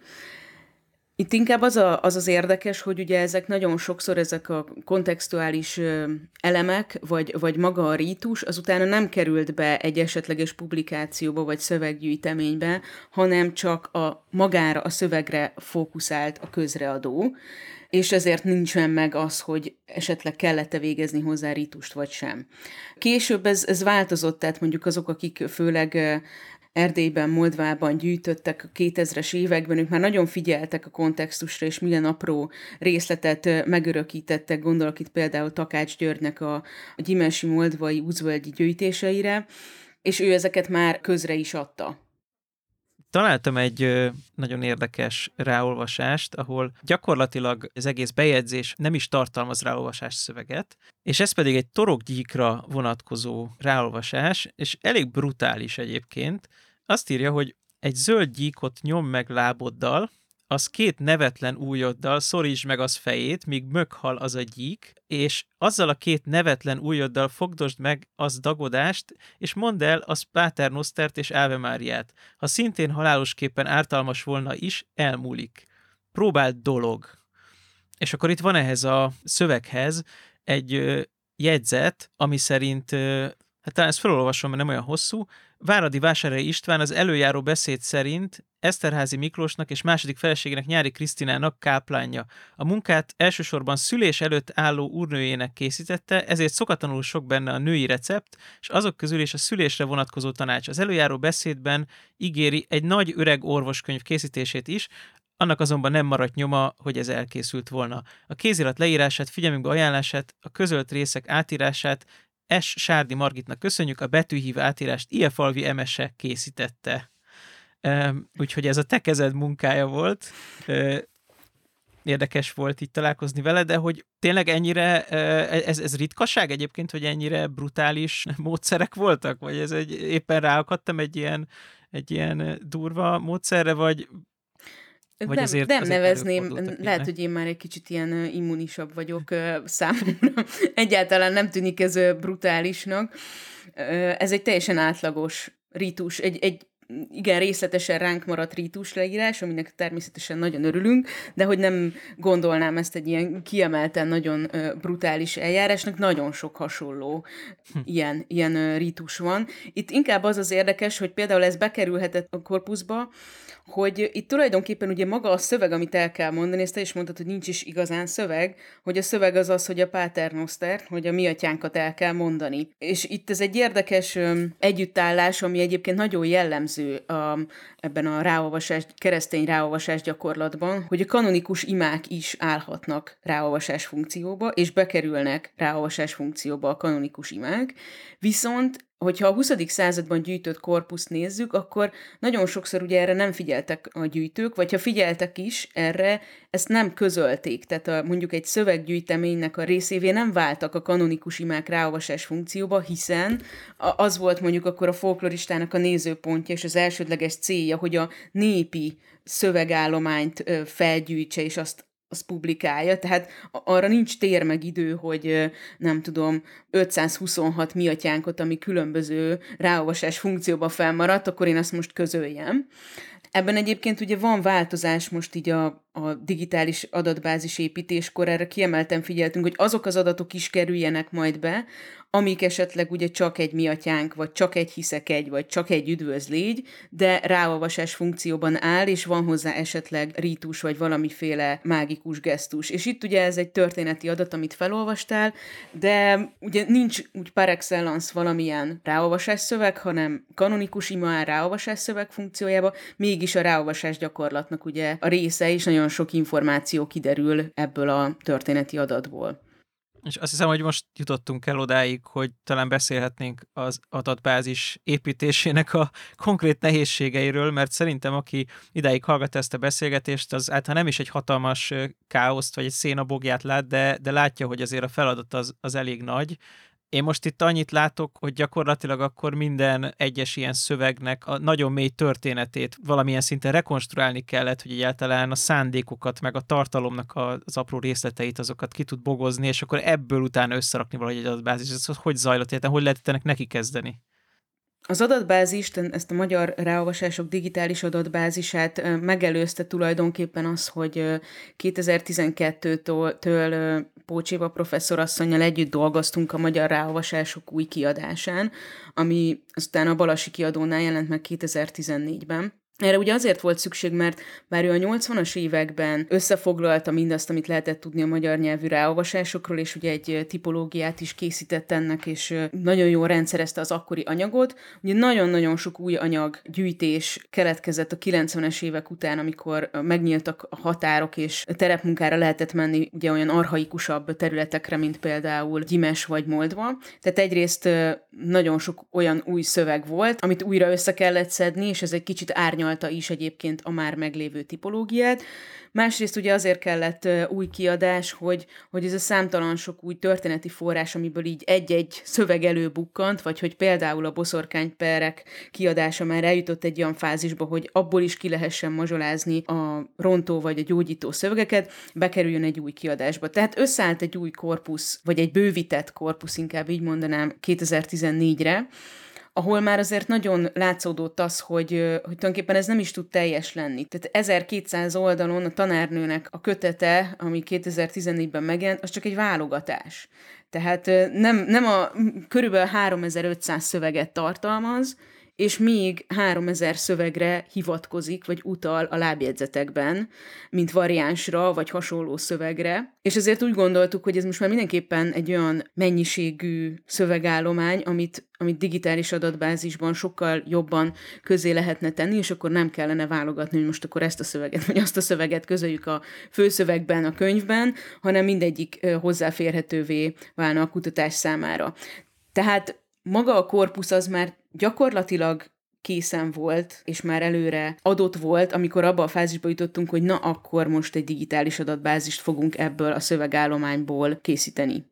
Itt inkább az érdekes, hogy ugye ezek nagyon sokszor ezek a kontextuális elemek, vagy maga a rítus, azutána nem került be egy esetleges publikációba, vagy szöveggyűjteménybe, hanem csak magára a szövegre fókuszált a közreadó, és ezért nincsen meg az, hogy esetleg kellett-e végezni hozzá rítust, vagy sem. Később ez változott, tehát mondjuk azok, akik főleg Erdélyben, Moldvában gyűjtöttek a 2000-es években, ők már nagyon figyeltek a kontextusra, és minden apró részletet megörökítettek, gondolok itt például Takács Györgynek a gyimesi moldvai úzvölgyi gyűjtéseire, és ő ezeket már közre is adta. Találtam egy nagyon érdekes ráolvasást, ahol gyakorlatilag az egész bejegyzés nem is tartalmaz ráolvasás szöveget, és ez pedig egy torokgyíkra vonatkozó ráolvasás, és elég brutális egyébként. Azt írja, hogy egy zöld gyíkot nyom meg láboddal, az 2 nevetlen ujjoddal szorítsd meg az fejét, míg möghal az a gyík, és azzal a 2 nevetlen ujjoddal fogdosd meg az dagodást, és mondd el az Pater Nostert és Ave Máriát. Ha szintén halálosképpen ártalmas volna is, elmúlik. Próbáld dolog. És akkor itt van ehhez a szöveghez egy jegyzet, ami szerint, hát talán ezt felolvasom, mert nem olyan hosszú. Váradi Vásárhelyi István az előjáró beszéd szerint Eszterházy Miklósnak és második feleségének, Nyári Krisztinának káplánja. A munkát elsősorban szülés előtt álló úrnőjének készítette, ezért szokatlanul sok benne a női recept, és azok közül is a szülésre vonatkozó tanács. Az előjáró beszédben ígéri egy nagy öreg orvoskönyv készítését is, annak azonban nem maradt nyoma, hogy ez elkészült volna. A kézirat leírását, figyelmünkbe ajánlását, a közölt részek átírását S. Sárdi Margitnak köszönjük, a betűhív átírást Ilyefalvi Emese készítette. Úgyhogy ez a te kezed munkája volt. Érdekes volt így találkozni vele, de hogy tényleg ennyire, ez ritkaság egyébként, hogy ennyire brutális módszerek voltak? Vagy ez éppen ráakadtam egy ilyen durva módszerre, vagy nem nevezném, lehet, hogy én már egy kicsit ilyen immunisabb vagyok számomra. Egyáltalán nem tűnik ez brutálisnak. Ez egy teljesen átlagos rítus, egy igen részletesen ránk maradt rítus leírás, aminek természetesen nagyon örülünk, de hogy nem gondolnám ezt egy ilyen kiemelten nagyon brutális eljárásnak, nagyon sok hasonló ilyen rítus van. Itt inkább az az érdekes, hogy például ez bekerülhetett a korpuszba, hogy itt tulajdonképpen ugye maga a szöveg, amit el kell mondani, ezt te is mondtad, hogy nincs is igazán szöveg, hogy a szöveg az az, hogy a Pater Noster, hogy a mi atyánkat el kell mondani. És itt ez egy érdekes együttállás, ami egyébként nagyon jellemző ebben a keresztény ráolvasás gyakorlatban, hogy a kanonikus imák is állhatnak ráolvasás funkcióba, és bekerülnek ráolvasás funkcióba a kanonikus imák, viszont hogyha a 20. században gyűjtött korpuszt nézzük, akkor nagyon sokszor ugye erre nem figyeltek a gyűjtők, vagy ha figyeltek is erre, ezt nem közölték. Tehát mondjuk egy szöveggyűjteménynek a részévé nem váltak a kanonikus imák ráolvasás funkcióba, hiszen az volt mondjuk akkor a folkloristának a nézőpontja és az elsődleges célja, hogy a népi szövegállományt felgyűjtse, és azt publikálja, tehát arra nincs tér meg idő, hogy nem tudom, 526 mi atyánkot, ami különböző ráolvasás funkcióban felmaradt, akkor én azt most közöljem. Ebben egyébként ugye van változás most így a digitális adatbázis építéskor, erre kiemelten figyeltünk, hogy azok az adatok is kerüljenek majd be, amik esetleg ugye csak egy mi atyánk, vagy csak egy hiszek egy, vagy csak egy üdvözl légy, de ráolvasás funkcióban áll, és van hozzá esetleg rítus, vagy valamiféle mágikus gesztus. És itt ugye ez egy történeti adat, amit felolvastál, de ugye nincs úgy par excellence valamilyen ráolvasás szöveg, hanem kanonikus ima áll ráolvasás szöveg funkciójába, mégis a ráolvasás gyakorlatnak ugye a része, és nagyon sok információ kiderül ebből a történeti adatból. És azt hiszem, hogy most jutottunk el odáig, hogy talán beszélhetnénk az adatbázis építésének a konkrét nehézségeiről, mert szerintem, aki idáig hallgat ezt a beszélgetést, az általán nem is egy hatalmas káoszt, vagy egy szénabogját lát, de látja, hogy azért a feladat az elég nagy. Én most itt annyit látok, hogy gyakorlatilag akkor minden egyes ilyen szövegnek a nagyon mély történetét valamilyen szinten rekonstruálni kellett, hogy egyáltalán a szándékokat, meg a tartalomnak az apró részleteit, azokat ki tud bogozni, és akkor ebből utána összerakni valahogy egy adatbázis. Ez hogy zajlott, értem, hogy lehet ennek neki kezdeni? Az adatbázist, ezt a Magyar Ráolvasások digitális adatbázisát megelőzte tulajdonképpen az, hogy 2012-től Pócs Éva professzorasszonnyal együtt dolgoztunk a Magyar Ráolvasások új kiadásán, ami aztán a Balasi kiadónál jelent meg 2014-ben. Erre ugye azért volt szükség, mert bár ő a 80-as években összefoglalta mindazt, amit lehetett tudni a magyar nyelvű ráolvasásokról, és ugye egy tipológiát is készített ennek, és nagyon jól rendszerezte az akkori anyagot. Ugye nagyon-nagyon sok új anyaggyűjtés keletkezett a 90-es évek után, amikor megnyíltak a határok, és terepmunkára lehetett menni ugye olyan archaikusabb területekre, mint például Gyimes vagy Moldva. Tehát egyrészt nagyon sok olyan új szöveg volt, amit újra össze kellett szedni, és ez egy kicsit árnyalta is egyébként a már meglévő tipológiát. Másrészt ugye azért kellett új kiadás, hogy ez a számtalan sok új történeti forrás, amiből így egy-egy szöveg előbukkant, vagy hogy például a boszorkányperek kiadása már eljutott egy olyan fázisba, hogy abból is ki lehessen mazsolázni a rontó vagy a gyógyító szövegeket, bekerüljön egy új kiadásba. Tehát összeállt egy új korpusz, vagy egy bővített korpusz, inkább így mondanám, 2014-re, ahol már azért nagyon látszódott az, hogy tulajdonképpen ez nem is tud teljes lenni. Tehát 1200 oldalon a tanárnőnek a kötete, ami 2014-ben megjelent, az csak egy válogatás. Tehát nem körülbelül 3500 szöveget tartalmaz, és még 3000 szövegre hivatkozik, vagy utal a lábjegyzetekben, mint variánsra, vagy hasonló szövegre. És ezért úgy gondoltuk, hogy ez most már mindenképpen egy olyan mennyiségű szövegállomány, amit digitális adatbázisban sokkal jobban közé lehetne tenni, és akkor nem kellene válogatni, hogy most akkor ezt a szöveget, vagy azt a szöveget közöljük a főszövegben, a könyvben, hanem mindegyik hozzáférhetővé válna a kutatás számára. Tehát maga a korpusz az már gyakorlatilag készen volt, és már előre adott volt, amikor abba a fázisba jutottunk, hogy na akkor most egy digitális adatbázist fogunk ebből a szövegállományból készíteni.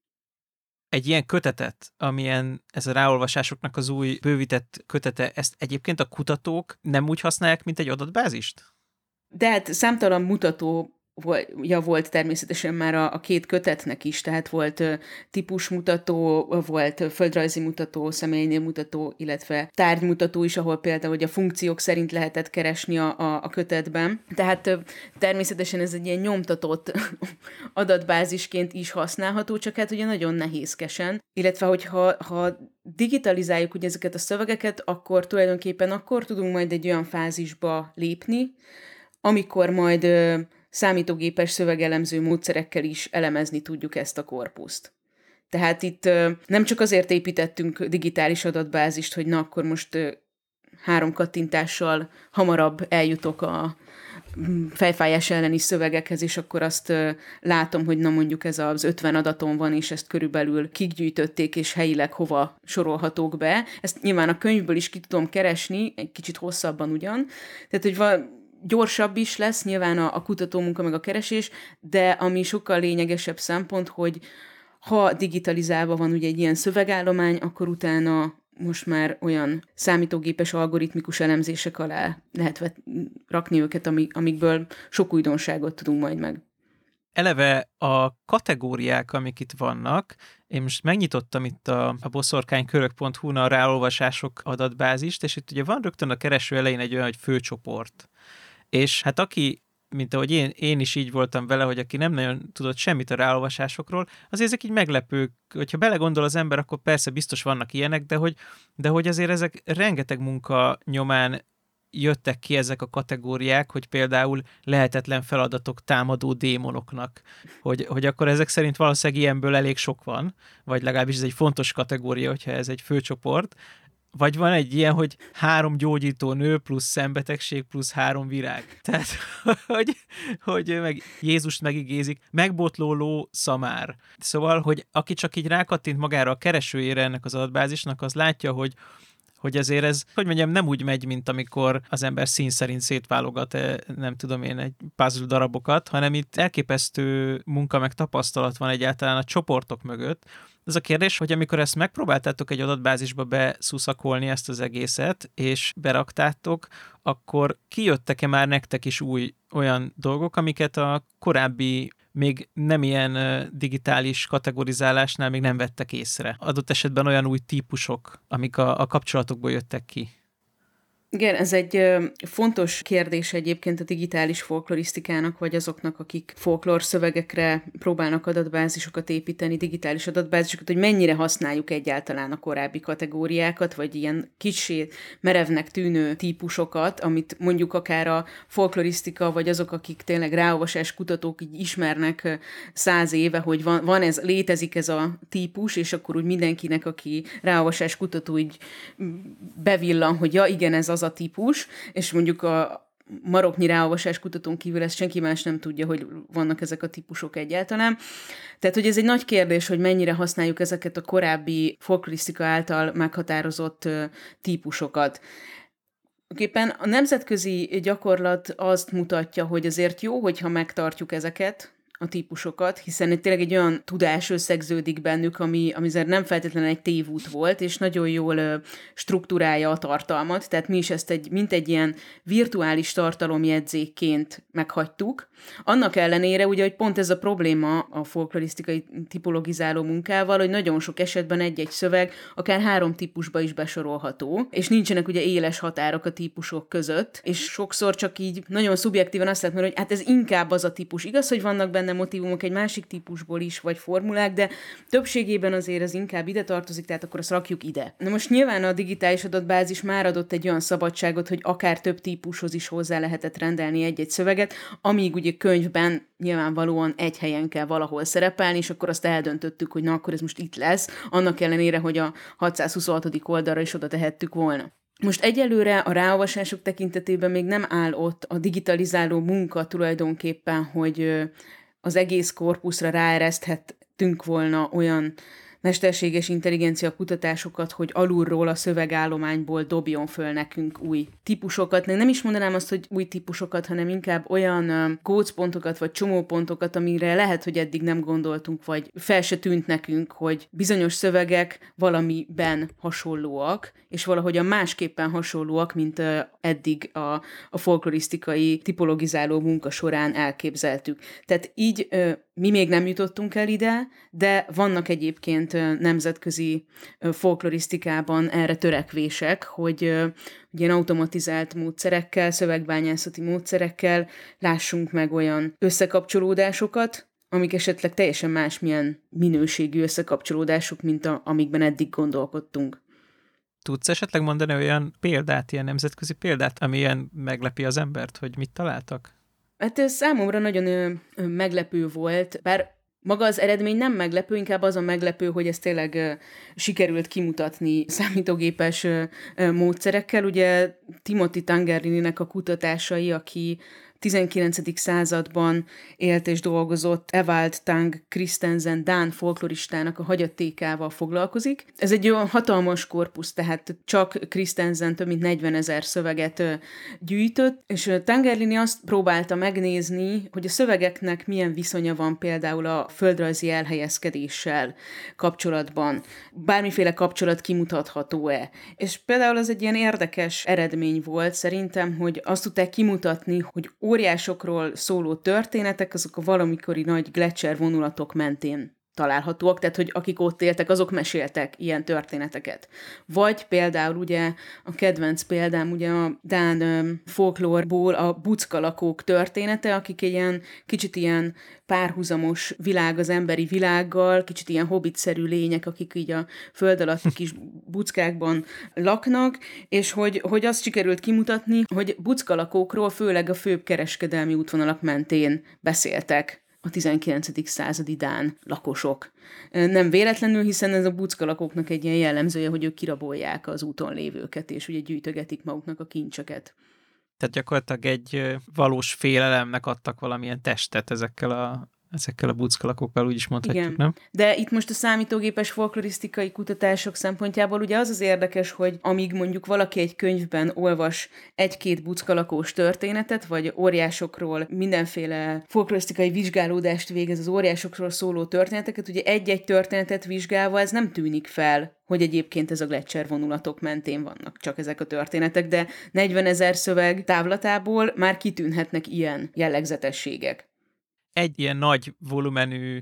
Egy ilyen kötetet, amilyen ez a ráolvasásoknak az új bővített kötete, ezt egyébként a kutatók nem úgy használják, mint egy adatbázist? De hát számtalan mutató volt természetesen már a két kötetnek is, tehát volt típusmutató, volt földrajzi mutató, személynév mutató, illetve tárgymutató is, ahol például hogy a funkciók szerint lehetett keresni a kötetben. Tehát természetesen ez egy ilyen nyomtatott adatbázisként is használható, csak hát ugye nagyon nehézkesen, illetve hogyha digitalizáljuk ugye ezeket a szövegeket, akkor tulajdonképpen akkor tudunk majd egy olyan fázisba lépni, amikor majd számítógépes szövegelemző módszerekkel is elemezni tudjuk ezt a korpuszt. Tehát itt nem csak azért építettünk digitális adatbázist, hogy na akkor most 3 kattintással hamarabb eljutok a fejfájás elleni szövegekhez, és akkor azt látom, hogy na mondjuk ez az 50 adaton van, és ezt körülbelül kik gyűjtötték, és helyileg hova sorolhatók be. Ezt nyilván a könyvből is ki tudom keresni, egy kicsit hosszabban ugyan. Tehát, hogy gyorsabb is lesz nyilván a kutatómunka meg a keresés, de ami sokkal lényegesebb szempont, hogy ha digitalizálva van ugye egy ilyen szövegállomány, akkor utána most már olyan számítógépes algoritmikus elemzések alá lehet rakni őket, amikből sok újdonságot tudunk majd meg. Eleve a kategóriák, amik itt vannak, én most megnyitottam itt a boszorkánykörök.hu-n a ráolvasások adatbázist, és itt ugye van rögtön a kereső elején egy olyan, hogy főcsoport. És hát aki, mint ahogy én is így voltam vele, hogy aki nem nagyon tudott semmit a ráolvasásokról, azért ezek így meglepők. Hogyha belegondol az ember, akkor persze biztos vannak ilyenek, de hogy azért ezek rengeteg munka nyomán jöttek ki ezek a kategóriák, hogy például lehetetlen feladatok támadó démonoknak, hogy akkor ezek szerint valószínűleg ilyenből elég sok van, vagy legalábbis ez egy fontos kategória, hogyha ez egy főcsoport, vagy van egy ilyen, hogy 3 gyógyító nő plusz szembetegség plusz 3 virág. Tehát, hogy meg Jézust megigézik, megbotló ló szamár. Szóval, hogy aki csak így rákattint magára a keresőjére ennek az adatbázisnak, az látja, hogy azért ez, hogy mondjam, nem úgy megy, mint amikor az ember szín szerint szétválogat, nem tudom én, egy puzzle darabokat, hanem itt elképesztő munka meg tapasztalat van egyáltalán a csoportok mögött. Ez a kérdés, hogy amikor ezt megpróbáltátok egy adatbázisba beszuszakolni ezt az egészet, és beraktátok, akkor kijöttek-e már nektek is új olyan dolgok, amiket a korábbi még nem ilyen digitális kategorizálásnál még nem vettek észre? Adott esetben olyan új típusok, amik a kapcsolatokból jöttek ki? Igen, ez egy fontos kérdés egyébként a digitális folklorisztikának, vagy azoknak, akik folklór szövegekre próbálnak adatbázisokat építeni, digitális adatbázisokat, hogy mennyire használjuk egyáltalán a korábbi kategóriákat, vagy ilyen kicsi merevnek tűnő típusokat, amit mondjuk akár a folklorisztika, vagy azok, akik tényleg ráolvasás kutatók így ismernek 100 éve, hogy létezik ez a típus, és akkor úgy mindenkinek, aki ráolvasás kutató, így bevillan, hogy ja, igen, ez az a típus, és mondjuk a maroknyi ráolvasás kutatón kívül ezt senki más nem tudja, hogy vannak ezek a típusok egyáltalán. Tehát, hogy ez egy nagy kérdés, hogy mennyire használjuk ezeket a korábbi folklorisztika által meghatározott típusokat. Éppen a nemzetközi gyakorlat azt mutatja, hogy azért jó, hogyha megtartjuk ezeket a típusokat, hiszen tényleg egy olyan tudás összegződik bennük, ami azért nem feltétlenül egy tévút volt, és nagyon jól struktúrálja a tartalmat, tehát mi is ezt mint egy ilyen virtuális tartalomjegyzékként meghagytuk. Annak ellenére, ugye, hogy pont ez a probléma a folklorisztikai tipologizáló munkával, hogy nagyon sok esetben egy-egy szöveg akár 3 típusba is besorolható, és nincsenek ugye éles határok a típusok között, és sokszor csak így nagyon szubjektíven azt lehet mondani, hogy hát ez inkább az a típus. Igaz, hogy vannak benne motívumok egy másik típusból is, vagy formulák, de többségében azért ez inkább ide tartozik, tehát akkor azt rakjuk ide. Na most nyilván a digitális adatbázis már adott egy olyan szabadságot, hogy akár több típushoz is hozzá lehetett rendelni egy-egy szöveget, amíg ugye könyvben nyilvánvalóan egy helyen kell valahol szerepelni, és akkor azt eldöntöttük, hogy na akkor ez most itt lesz, annak ellenére, hogy a 626. oldalra is oda tehettük volna. Most egyelőre a ráolvasások tekintetében még nem áll ott a digitalizáló munka tulajdonképpen, hogy az egész korpuszra ráereszthettünk volna olyan mesterséges intelligencia kutatásokat, hogy alulról a szövegállományból dobjon föl nekünk új típusokat. Nem is mondanám azt, hogy új típusokat, hanem inkább olyan gócpontokat vagy csomópontokat, amire lehet, hogy eddig nem gondoltunk, vagy fel se tűnt nekünk, hogy bizonyos szövegek valamiben hasonlóak, és valahogyan másképpen hasonlóak, mint eddig a folklorisztikai tipologizáló munka során elképzeltük. Tehát így mi még nem jutottunk el ide, de vannak egyébként nemzetközi folklorisztikában erre törekvések, hogy ilyen automatizált módszerekkel, szövegbányászati módszerekkel lássunk meg olyan összekapcsolódásokat, amik esetleg teljesen másmilyen minőségű összekapcsolódások, mint amikben eddig gondolkodtunk. Tudsz esetleg mondani olyan példát, ilyen nemzetközi példát, ami ilyen meglepi az embert, hogy mit találtak? Hát ez számomra nagyon meglepő volt, bár maga az eredmény nem meglepő, inkább az a meglepő, hogy ezt tényleg sikerült kimutatni számítógépes módszerekkel. Ugye Timothy Tangerininek a kutatásai, aki 19. században élt és dolgozott, Evald Tang Christensen dán folkloristának a hagyatékával foglalkozik. Ez egy olyan hatalmas korpusz, tehát csak Christensen több mint 40 000 szöveget gyűjtött, és Tangerlini azt próbálta megnézni, hogy a szövegeknek milyen viszonya van például a földrajzi elhelyezkedéssel kapcsolatban. Bármiféle kapcsolat kimutatható-e. És például az egy ilyen érdekes eredmény volt szerintem, hogy azt tudták kimutatni, hogy óriásokról szóló történetek, azok a valamikori nagy Gletscher vonulatok mentén találhatóak, tehát hogy akik ott éltek, azok meséltek ilyen történeteket. Vagy például ugye a kedvenc példám ugye a dán folklórból a buckalakók története, akik ilyen kicsit ilyen párhuzamos világ az emberi világgal, kicsit ilyen hobbitszerű lények, akik így a föld alatti kis buckákban laknak, és hogy azt sikerült kimutatni, hogy buckalakókról főleg a főbb kereskedelmi útvonalak mentén beszéltek a 19. századi dán lakosok. Nem véletlenül, hiszen ez a buckalakóknak egy ilyen jellemzője, hogy ők kirabolják az úton lévőket, és ugye gyűjtögetik maguknak a kincseket. Tehát gyakorlatilag egy valós félelemnek adtak valamilyen testet ezekkel a buckalakókkal, úgy is mondhatjuk, igen. Nem? De itt most a számítógépes folklorisztikai kutatások szempontjából ugye az az érdekes, hogy amíg mondjuk valaki egy könyvben olvas egy-két buckalakós történetet, vagy óriásokról mindenféle folklorisztikai vizsgálódást végez az óriásokról szóló történeteket, ugye egy-egy történetet vizsgálva ez nem tűnik fel, hogy egyébként ez a Gletscher vonulatok mentén vannak csak ezek a történetek, de 40 000 szöveg távlatából már kitűnhetnek ilyen jellegzetességek. Egy ilyen nagy volumenű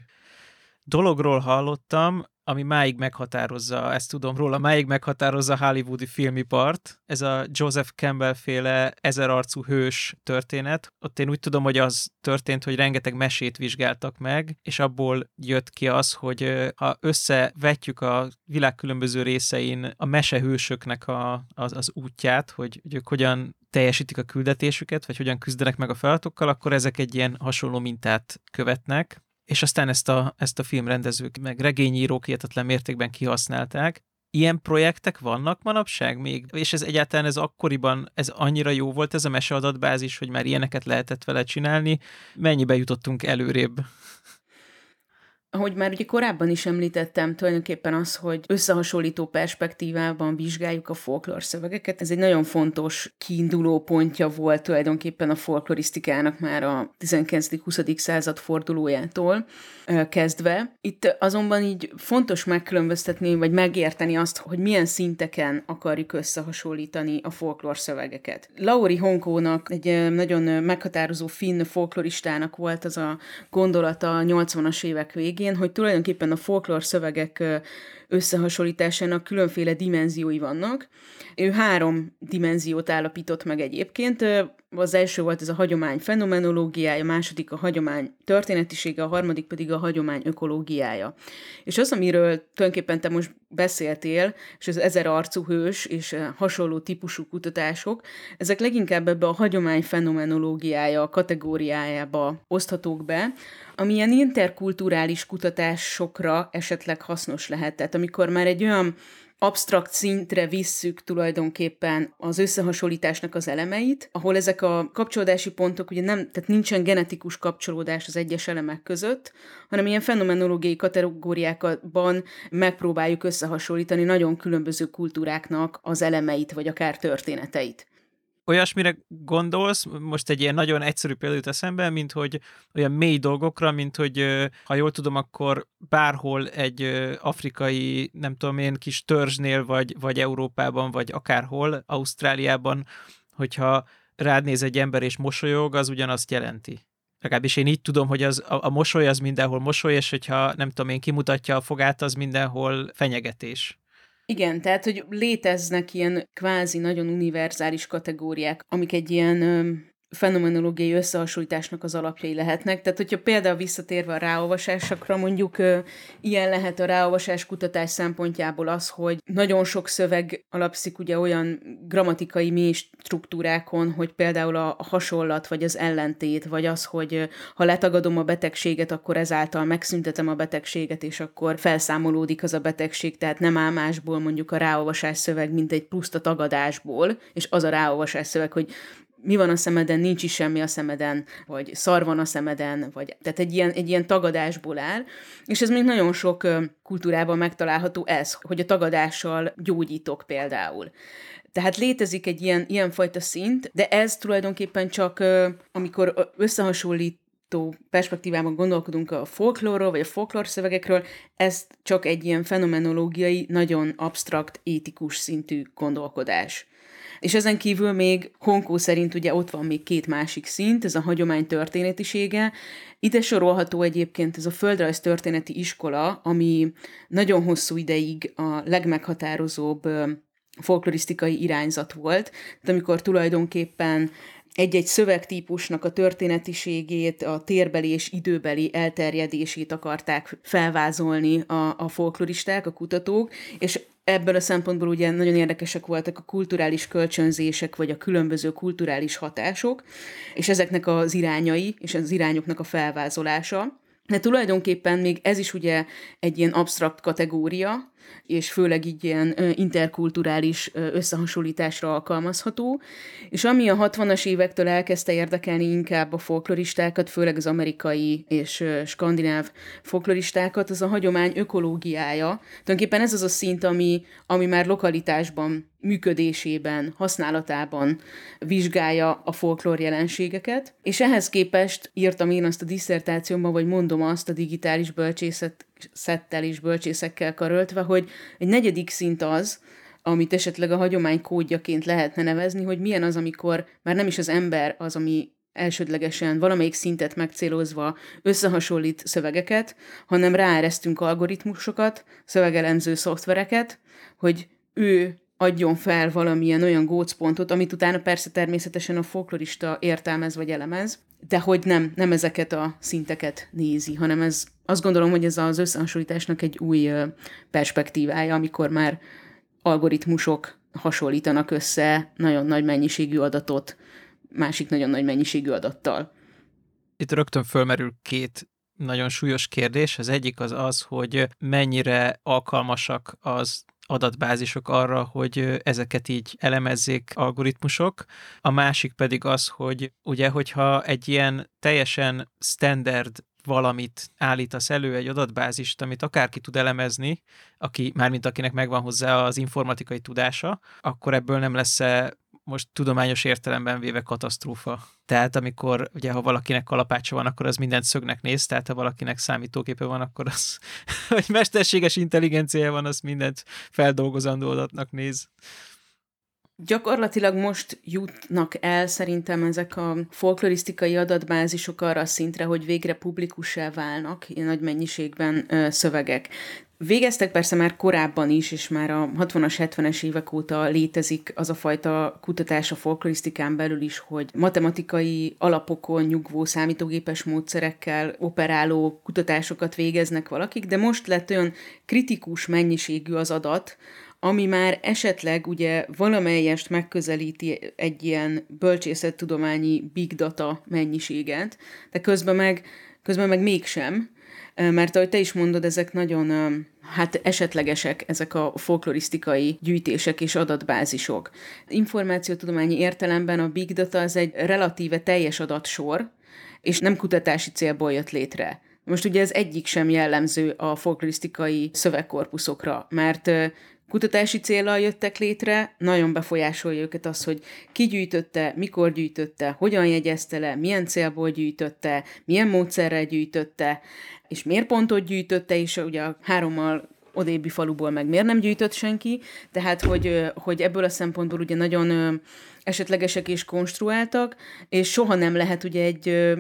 dologról hallottam, ami máig meghatározza, ezt tudom róla, máig meghatározza a hollywoodi filmipart. Ez a Joseph Campbell-féle ezerarcú hős történet. Ott én úgy tudom, hogy az történt, hogy rengeteg mesét vizsgáltak meg, és abból jött ki az, hogy ha összevetjük a világ különböző részein a mesehősöknek az útját, hogy ők hogyan teljesítik a küldetésüket, vagy hogyan küzdenek meg a feladatokkal, akkor ezek egy ilyen hasonló mintát követnek, és aztán ezt a filmrendezők meg regényírók hihetetlen mértékben kihasználták. Ilyen projektek vannak manapság még? És ez egyáltalán akkoriban ez annyira jó volt ez a meseadatbázis, hogy már ilyeneket lehetett vele csinálni? Mennyibe jutottunk előrébb? Ahogy már ugye korábban is említettem, tulajdonképpen az, hogy összehasonlító perspektívában vizsgáljuk a folklór szövegeket, ez egy nagyon fontos kiinduló pontja volt tulajdonképpen a folklorisztikának már a 19.-20. század fordulójától kezdve. Itt azonban így fontos megkülönböztetni, vagy megérteni azt, hogy milyen szinteken akarjuk összehasonlítani a folklór szövegeket. Lauri Honkónak, egy nagyon meghatározó finn folkloristának volt az a gondolata a 80-as évek végén, hogy tulajdonképpen a folklór szövegek összehasonlításának különféle dimenziói vannak. Ő 3 dimenziót állapított meg egyébként. Az első volt ez a hagyomány fenomenológiája, a második a hagyomány történetisége, a harmadik pedig a hagyomány ökológiája. És az, amiről tulajdonképpen te most beszéltél, és az ezerarcú hős és hasonló típusú kutatások, ezek leginkább ebbe a hagyomány fenomenológiája kategóriájába oszthatók be, ami ilyen interkulturális kutatásokra esetleg hasznos lehet. Tehát amikor már egy olyan absztrakt szintre visszük tulajdonképpen az összehasonlításnak az elemeit, ahol ezek a kapcsolódási pontok ugye tehát nincsen genetikus kapcsolódás az egyes elemek között, hanem ilyen fenomenológiai kategóriákban megpróbáljuk összehasonlítani nagyon különböző kultúráknak az elemeit, vagy akár történeteit. Olyasmire gondolsz, most egy ilyen nagyon egyszerű példa jut eszembe, mint hogy olyan mély dolgokra, mint hogy ha jól tudom, akkor bárhol egy afrikai, nem tudom én, kis törzsnél, vagy Európában, vagy akárhol, Ausztráliában, hogyha rád néz egy ember és mosolyog, az ugyanazt jelenti. Legalábbis én így tudom, hogy a mosoly az mindenhol mosoly, és hogyha nem tudom én, kimutatja a fogát, az mindenhol fenyegetés. Igen, tehát, hogy léteznek ilyen kvázi nagyon univerzális kategóriák, amik egy ilyen fenomenológiai összehasonlításnak az alapjai lehetnek. Tehát, hogyha például visszatérve a ráolvasásokra, mondjuk ilyen lehet a ráolvasás kutatás szempontjából az, hogy nagyon sok szöveg alapszik ugye olyan grammatikai mély struktúrákon, hogy például a hasonlat, vagy az ellentét, vagy az, hogy ha letagadom a betegséget, akkor ezáltal megszüntetem a betegséget, és akkor felszámolódik az a betegség, tehát nem áll másból mondjuk a ráolvasás szöveg, mint egy pluszt a tagadásból, és az a ráolvasás szöveg, hogy mi van a szemeden, nincs is semmi a szemeden, vagy szar van a szemeden, vagy tehát egy ilyen tagadásból áll, és ez még nagyon sok kultúrában megtalálható ez, hogy a tagadással gyógyítok például. Tehát létezik egy ilyenfajta szint, de ez tulajdonképpen csak, amikor összehasonlító perspektívában gondolkodunk a folklórról, vagy a folklór szövegekről, ez csak egy ilyen fenomenológiai, nagyon absztrakt, étikus szintű gondolkodás. És ezen kívül még Honkó szerint ugye ott van még két másik szint, ez a hagyomány történetisége. Ide sorolható egyébként ez a földrajz történeti iskola, ami nagyon hosszú ideig a legmeghatározóbb folklorisztikai irányzat volt, tehát amikor tulajdonképpen egy-egy szövegtípusnak a történetiségét, a térbeli és időbeli elterjedését akarták felvázolni a folkloristák, a kutatók, és ebből a szempontból ugye nagyon érdekesek voltak a kulturális kölcsönzések, vagy a különböző kulturális hatások, és ezeknek az irányai, és az irányoknak a felvázolása. De tulajdonképpen még ez is ugye egy ilyen absztrakt kategória, és főleg így ilyen interkulturális összehasonlításra alkalmazható, és ami a 60-as évektől elkezdte érdekelni inkább a folkloristákat, főleg az amerikai és skandináv folkloristákat, az a hagyomány ökológiája. Tulajdonképpen ez az a szint, ami már lokalitásban, működésében, használatában vizsgálja a folklór jelenségeket, és ehhez képest írtam én azt a disszertációmban, vagy mondom azt a digitális bölcsészettel és bölcsészekkel karöltve, hogy egy negyedik szint az, amit esetleg a hagyomány kódjaként lehetne nevezni, hogy milyen az, amikor már nem is az ember az, ami elsődlegesen valamelyik szintet megcélozva összehasonlít szövegeket, hanem ráeresztünk algoritmusokat, szövegelemző szoftvereket, hogy ő adjon fel valamilyen olyan gócpontot, amit utána persze természetesen a folklorista értelmez vagy elemez, de hogy nem ezeket a szinteket nézi, hanem ez, azt gondolom, hogy ez az összehasonlításnak egy új perspektívája, amikor már algoritmusok hasonlítanak össze nagyon nagy mennyiségű adatot másik nagyon nagy mennyiségű adattal. Itt rögtön fölmerül két nagyon súlyos kérdés. Az egyik az, hogy mennyire alkalmasak az adatbázisok arra, hogy ezeket így elemezzék algoritmusok. A másik pedig az, hogy ugye, hogyha egy ilyen teljesen standard valamit állítasz elő, egy adatbázist, amit akárki tud elemezni, mármint akinek megvan hozzá az informatikai tudása, akkor ebből nem lesz most tudományos értelemben véve katasztrófa. Tehát amikor, ugye, ha valakinek kalapácsa van, akkor az mindent szögnek néz, tehát ha valakinek számítógépe van, akkor az, hogy mesterséges intelligenciája van, az mindent feldolgozandó adatnak néz. Gyakorlatilag most jutnak el szerintem ezek a folklorisztikai adatbázisok arra a szintre, hogy végre publikussá válnak ilyen nagy mennyiségben szövegek. Végeztek persze már korábban is, és már a 60-as, 70-es évek óta létezik az a fajta kutatás a folklorisztikán belül is, hogy matematikai alapokon nyugvó számítógépes módszerekkel operáló kutatásokat végeznek valakik, de most lett olyan kritikus mennyiségű az adat, ami már esetleg ugye valamelyest megközelíti egy ilyen bölcsészettudományi big data mennyiséget, de közben meg mégsem. mert ahogy te is mondod, ezek nagyon esetlegesek, ezek a folklorisztikai gyűjtések és adatbázisok. Információtudományi értelemben a Big Data az egy relatíve teljes adatsor, és nem kutatási célból jött létre. Most ugye ez egyik sem jellemző a folklorisztikai szövegkorpuszokra, mert kutatási céllal jöttek létre, nagyon befolyásolja őket az, hogy ki gyűjtötte, mikor gyűjtötte, hogyan jegyezte le, milyen célból gyűjtötte, milyen módszerrel gyűjtötte, és miért pontot gyűjtötte, és ugye a 3-mal odébbi faluból meg miért nem gyűjtött senki, tehát hogy ebből a szempontból ugye nagyon esetlegesek és konstruáltak, és soha nem lehet ugye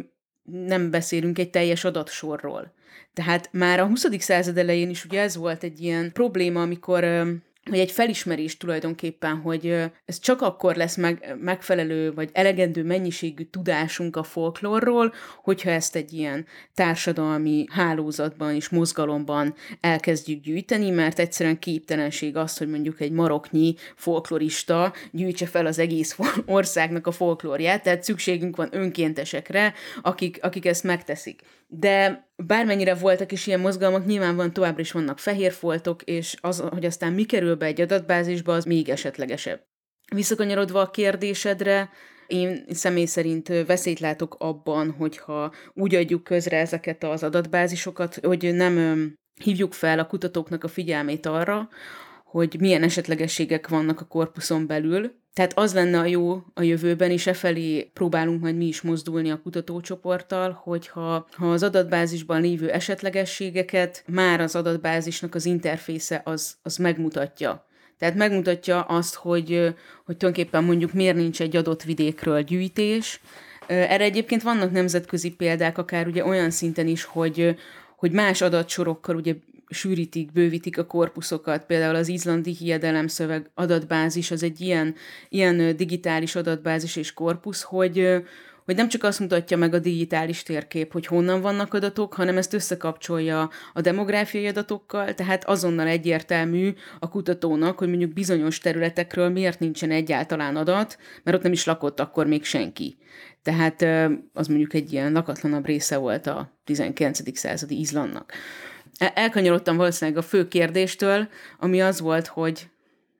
nem beszélünk egy teljes adatsorról. Tehát már a 20. század elején is ugye ez volt egy ilyen probléma, amikor vagy egy felismerés tulajdonképpen, hogy ez csak akkor lesz megfelelő vagy elegendő mennyiségű tudásunk a folklórról, hogyha ezt egy ilyen társadalmi hálózatban és mozgalomban elkezdjük gyűjteni, mert egyszerűen képtelenség az, hogy mondjuk egy maroknyi folklorista gyűjtse fel az egész országnak a folklórját, tehát szükségünk van önkéntesekre, akik ezt megteszik. De bármennyire voltak is ilyen mozgalmak, nyilván továbbra is vannak fehér foltok, és az, hogy aztán mi kerül be egy adatbázisba, az még esetlegesebb. Visszakanyarodva a kérdésedre, én személy szerint veszélyt látok abban, hogyha úgy adjuk közre ezeket az adatbázisokat, hogy nem hívjuk fel a kutatóknak a figyelmét arra, hogy milyen esetlegességek vannak a korpuszon belül. Tehát az lenne a jó a jövőben, és felé próbálunk majd mi is mozdulni a kutatócsoporttal, hogyha az adatbázisban lévő esetlegességeket már az adatbázisnak az interfésze az megmutatja. Tehát megmutatja azt, hogy tulajdonképpen mondjuk miért nincs egy adott vidékről gyűjtés. Erre egyébként vannak nemzetközi példák, akár ugye olyan szinten is, hogy más adatsorokkal ugye sűrítik, bővítik a korpuszokat, például az izlandi hiedelemszöveg adatbázis, az egy ilyen digitális adatbázis és korpusz, hogy nem csak azt mutatja meg a digitális térkép, hogy honnan vannak adatok, hanem ezt összekapcsolja a demográfiai adatokkal, tehát azonnal egyértelmű a kutatónak, hogy mondjuk bizonyos területekről miért nincsen egyáltalán adat, mert ott nem is lakott akkor még senki. Tehát az mondjuk egy ilyen lakatlanabb része volt a 19. századi Izlandnak. Elkanyarodtam valószínűleg a fő kérdéstől, ami az volt, hogy...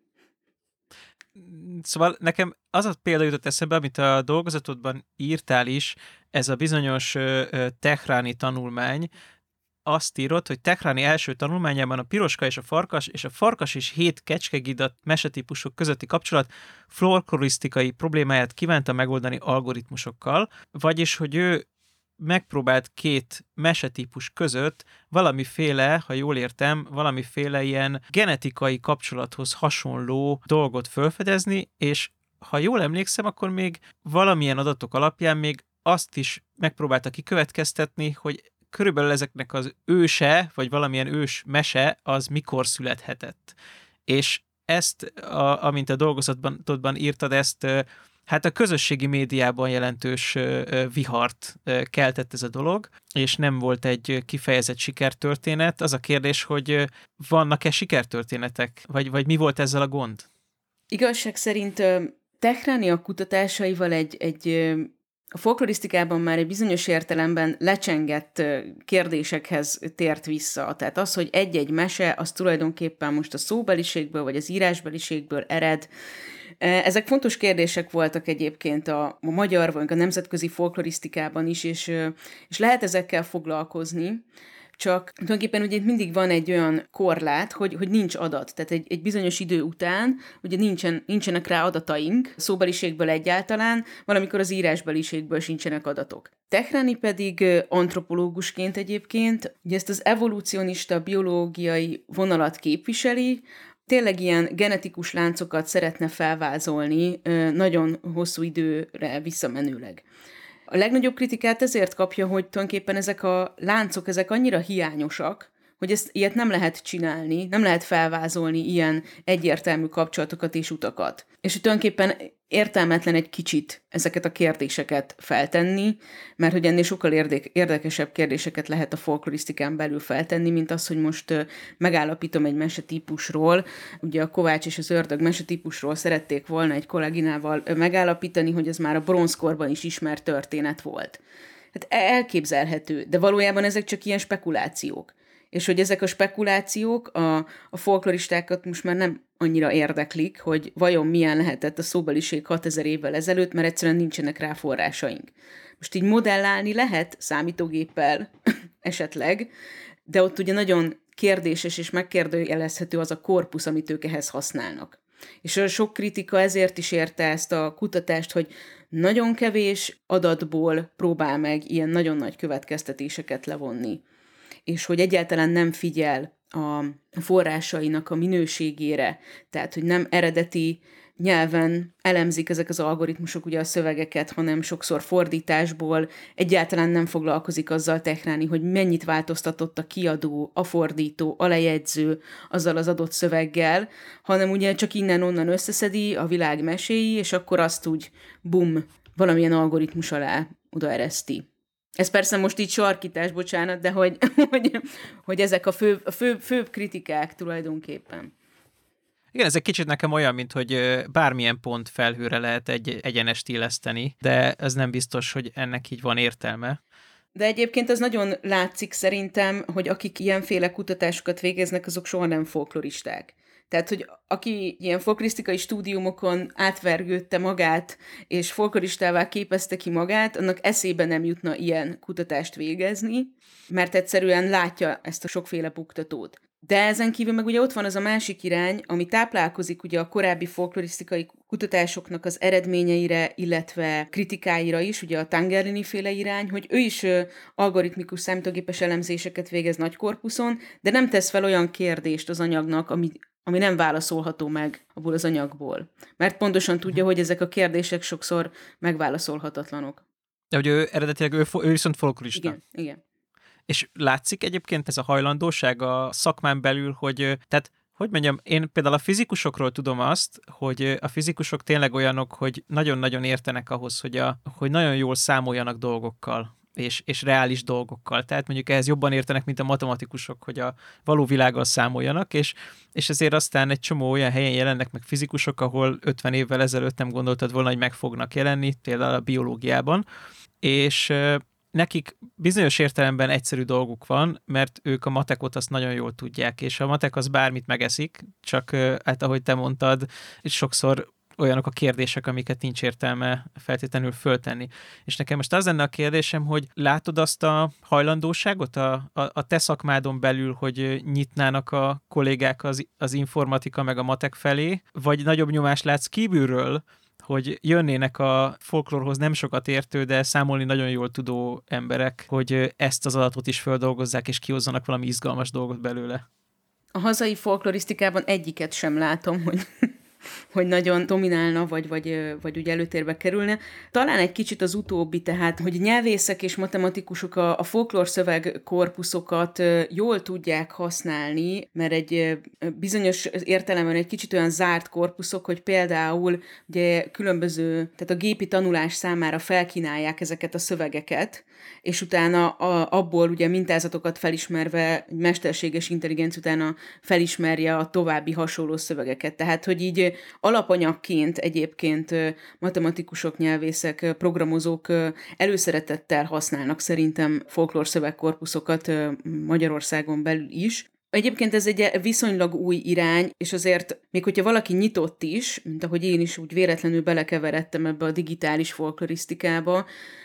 Szóval nekem az a példa jutott eszembe, amit a dolgozatodban írtál is, ez a bizonyos tehráni tanulmány, azt írott, hogy Tehráni első tanulmányában a piroska és a farkas és 7 kecskegidat mesetípusok közötti kapcsolat folklorisztikai problémáját kívánta megoldani algoritmusokkal, vagyis, hogy ő megpróbált 2 mesetípus között valamiféle, ha jól értem, valamiféle ilyen genetikai kapcsolathoz hasonló dolgot felfedezni, és ha jól emlékszem, akkor még valamilyen adatok alapján még azt is megpróbálta kikövetkeztetni, hogy körülbelül ezeknek az őse, vagy valamilyen ős mese, az mikor születhetett. És ezt, amint a dolgozatban írtad, ezt hát a közösségi médiában jelentős vihart keltett ez a dolog, és nem volt egy kifejezett sikertörténet. Az a kérdés, hogy vannak-e sikertörténetek, vagy mi volt ezzel a gond? Igazság szerint Tehráni a kutatásaival a folklorisztikában már egy bizonyos értelemben lecsengett kérdésekhez tért vissza. Tehát az, hogy egy-egy mese, az tulajdonképpen most a szóbeliségből vagy az írásbeliségből ered. Ezek fontos kérdések voltak egyébként a magyar vagy a nemzetközi folklorisztikában is, és lehet ezekkel foglalkozni. Csak tulajdonképpen ugye mindig van egy olyan korlát, hogy nincs adat. Tehát egy bizonyos idő után ugye nincsenek rá adataink, szóbeliségből egyáltalán, valamikor az írásbeliségből sincsenek adatok. Tehráni pedig antropológusként egyébként ugye ezt az evolúcionista biológiai vonalat képviseli, tényleg ilyen genetikus láncokat szeretne felvázolni nagyon hosszú időre visszamenőleg. A legnagyobb kritikát ezért kapja, hogy tulajdonképpen ezek a láncok, ezek annyira hiányosak, hogy ilyet nem lehet csinálni, nem lehet felvázolni ilyen egyértelmű kapcsolatokat és utakat. És hogy tulajdonképpen értelmetlen egy kicsit ezeket a kérdéseket feltenni, mert hogy ennél sokkal érdekesebb kérdéseket lehet a folklorisztikán belül feltenni, mint az, hogy most megállapítom egy mesetípusról. Ugye a Kovács és az ördög mesetípusról szerették volna egy kolléginával megállapítani, hogy ez már a bronzkorban is ismert történet volt. Hát elképzelhető, de valójában ezek csak ilyen spekulációk. És hogy ezek a spekulációk a folkloristákat most már nem annyira érdeklik, hogy vajon milyen lehetett a szóbeliség 6000 évvel ezelőtt, mert egyszerűen nincsenek rá forrásaink. Most így modellálni lehet számítógéppel esetleg, de ott ugye nagyon kérdéses és megkérdőjelezhető az a korpusz, amit ők ehhez használnak. És a sok kritika ezért is érte ezt a kutatást, hogy nagyon kevés adatból próbál meg ilyen nagyon nagy következtetéseket levonni, és hogy egyáltalán nem figyel a forrásainak a minőségére, tehát hogy nem eredeti nyelven elemzik ezek az algoritmusok ugye a szövegeket, hanem sokszor fordításból, egyáltalán nem foglalkozik azzal technálni, hogy mennyit változtatott a kiadó, a fordító, a lejegyző azzal az adott szöveggel, hanem ugye csak innen-onnan összeszedi a világ meséi, és akkor azt úgy bum, valamilyen algoritmus alá odaereszti. Ez persze most így sarkítás, bocsánat, de hogy ezek a főbb kritikák tulajdonképpen. Igen, ez egy kicsit nekem olyan, mint hogy bármilyen pont felhőre lehet egy egyenest illeszteni, de ez nem biztos, hogy ennek így van értelme. De egyébként az nagyon látszik szerintem, hogy akik ilyenféle kutatásokat végeznek, azok soha nem folkloristák. Tehát, hogy aki ilyen folklorisztikai stúdiumokon átvergődte magát, és folkloristává képezte ki magát, annak eszébe nem jutna ilyen kutatást végezni, mert egyszerűen látja ezt a sokféle buktatót. De ezen kívül meg ugye ott van az a másik irány, ami táplálkozik ugye a korábbi folklorisztikai kutatásoknak az eredményeire, illetve kritikáira is, ugye a Tangerlini féle irány, hogy ő is algoritmikus számítógépes elemzéseket végez nagy korpuszon, de nem tesz fel olyan kérdést az anyagnak, ami nem válaszolható meg abból az anyagból. Mert pontosan tudja, hogy ezek a kérdések sokszor megválaszolhatatlanok. De hogy ő eredetileg ő viszont folklorista. Igen. És látszik egyébként ez a hajlandóság a szakmán belül, hogy tehát hogy mondjam, én például a fizikusokról tudom azt, hogy a fizikusok tényleg olyanok, hogy nagyon-nagyon értenek ahhoz, hogy nagyon jól számoljanak dolgokkal, és reális dolgokkal. Tehát mondjuk ehhez jobban értenek, mint a matematikusok, hogy a való világgal számoljanak, és ezért aztán egy csomó olyan helyen jelennek meg fizikusok, ahol 50 évvel ezelőtt nem gondoltad volna, hogy meg fognak jelenni, például a biológiában, és nekik bizonyos értelemben egyszerű dolguk van, mert ők a matekot azt nagyon jól tudják, és a matek az bármit megeszik, csak hát ahogy te mondtad, sokszor olyanok a kérdések, amiket nincs értelme feltétlenül föltenni. És nekem most az lenne a kérdésem, hogy látod azt a hajlandóságot a te szakmádon belül, hogy nyitnának a kollégák az informatika meg a matek felé, vagy nagyobb nyomást látsz kívülről, hogy jönnének a folklórhoz nem sokat értő, de számolni nagyon jól tudó emberek, hogy ezt az adatot is földolgozzák, és kihozzanak valami izgalmas dolgot belőle. A hazai folklorisztikában egyiket sem látom, hogy nagyon dominálna, vagy úgy előtérbe kerülne. Talán egy kicsit az utóbbi, tehát, hogy nyelvészek és matematikusok a folklór szöveg korpuszokat jól tudják használni, mert egy bizonyos értelemben egy kicsit olyan zárt korpuszok, hogy például ugye különböző, tehát a gépi tanulás számára felkínálják ezeket a szövegeket, és utána abból ugye mintázatokat felismerve, mesterséges intelligencia utána felismerje a további hasonló szövegeket. Tehát, hogy így alapanyagként egyébként matematikusok, nyelvészek, programozók előszeretettel használnak szerintem folklór szövegkorpuszokat Magyarországon belül is. Egyébként ez egy viszonylag új irány, és azért, még hogyha valaki nyitott is, mint ahogy én is úgy véletlenül belekeveredtem ebbe a digitális folklorisztikába,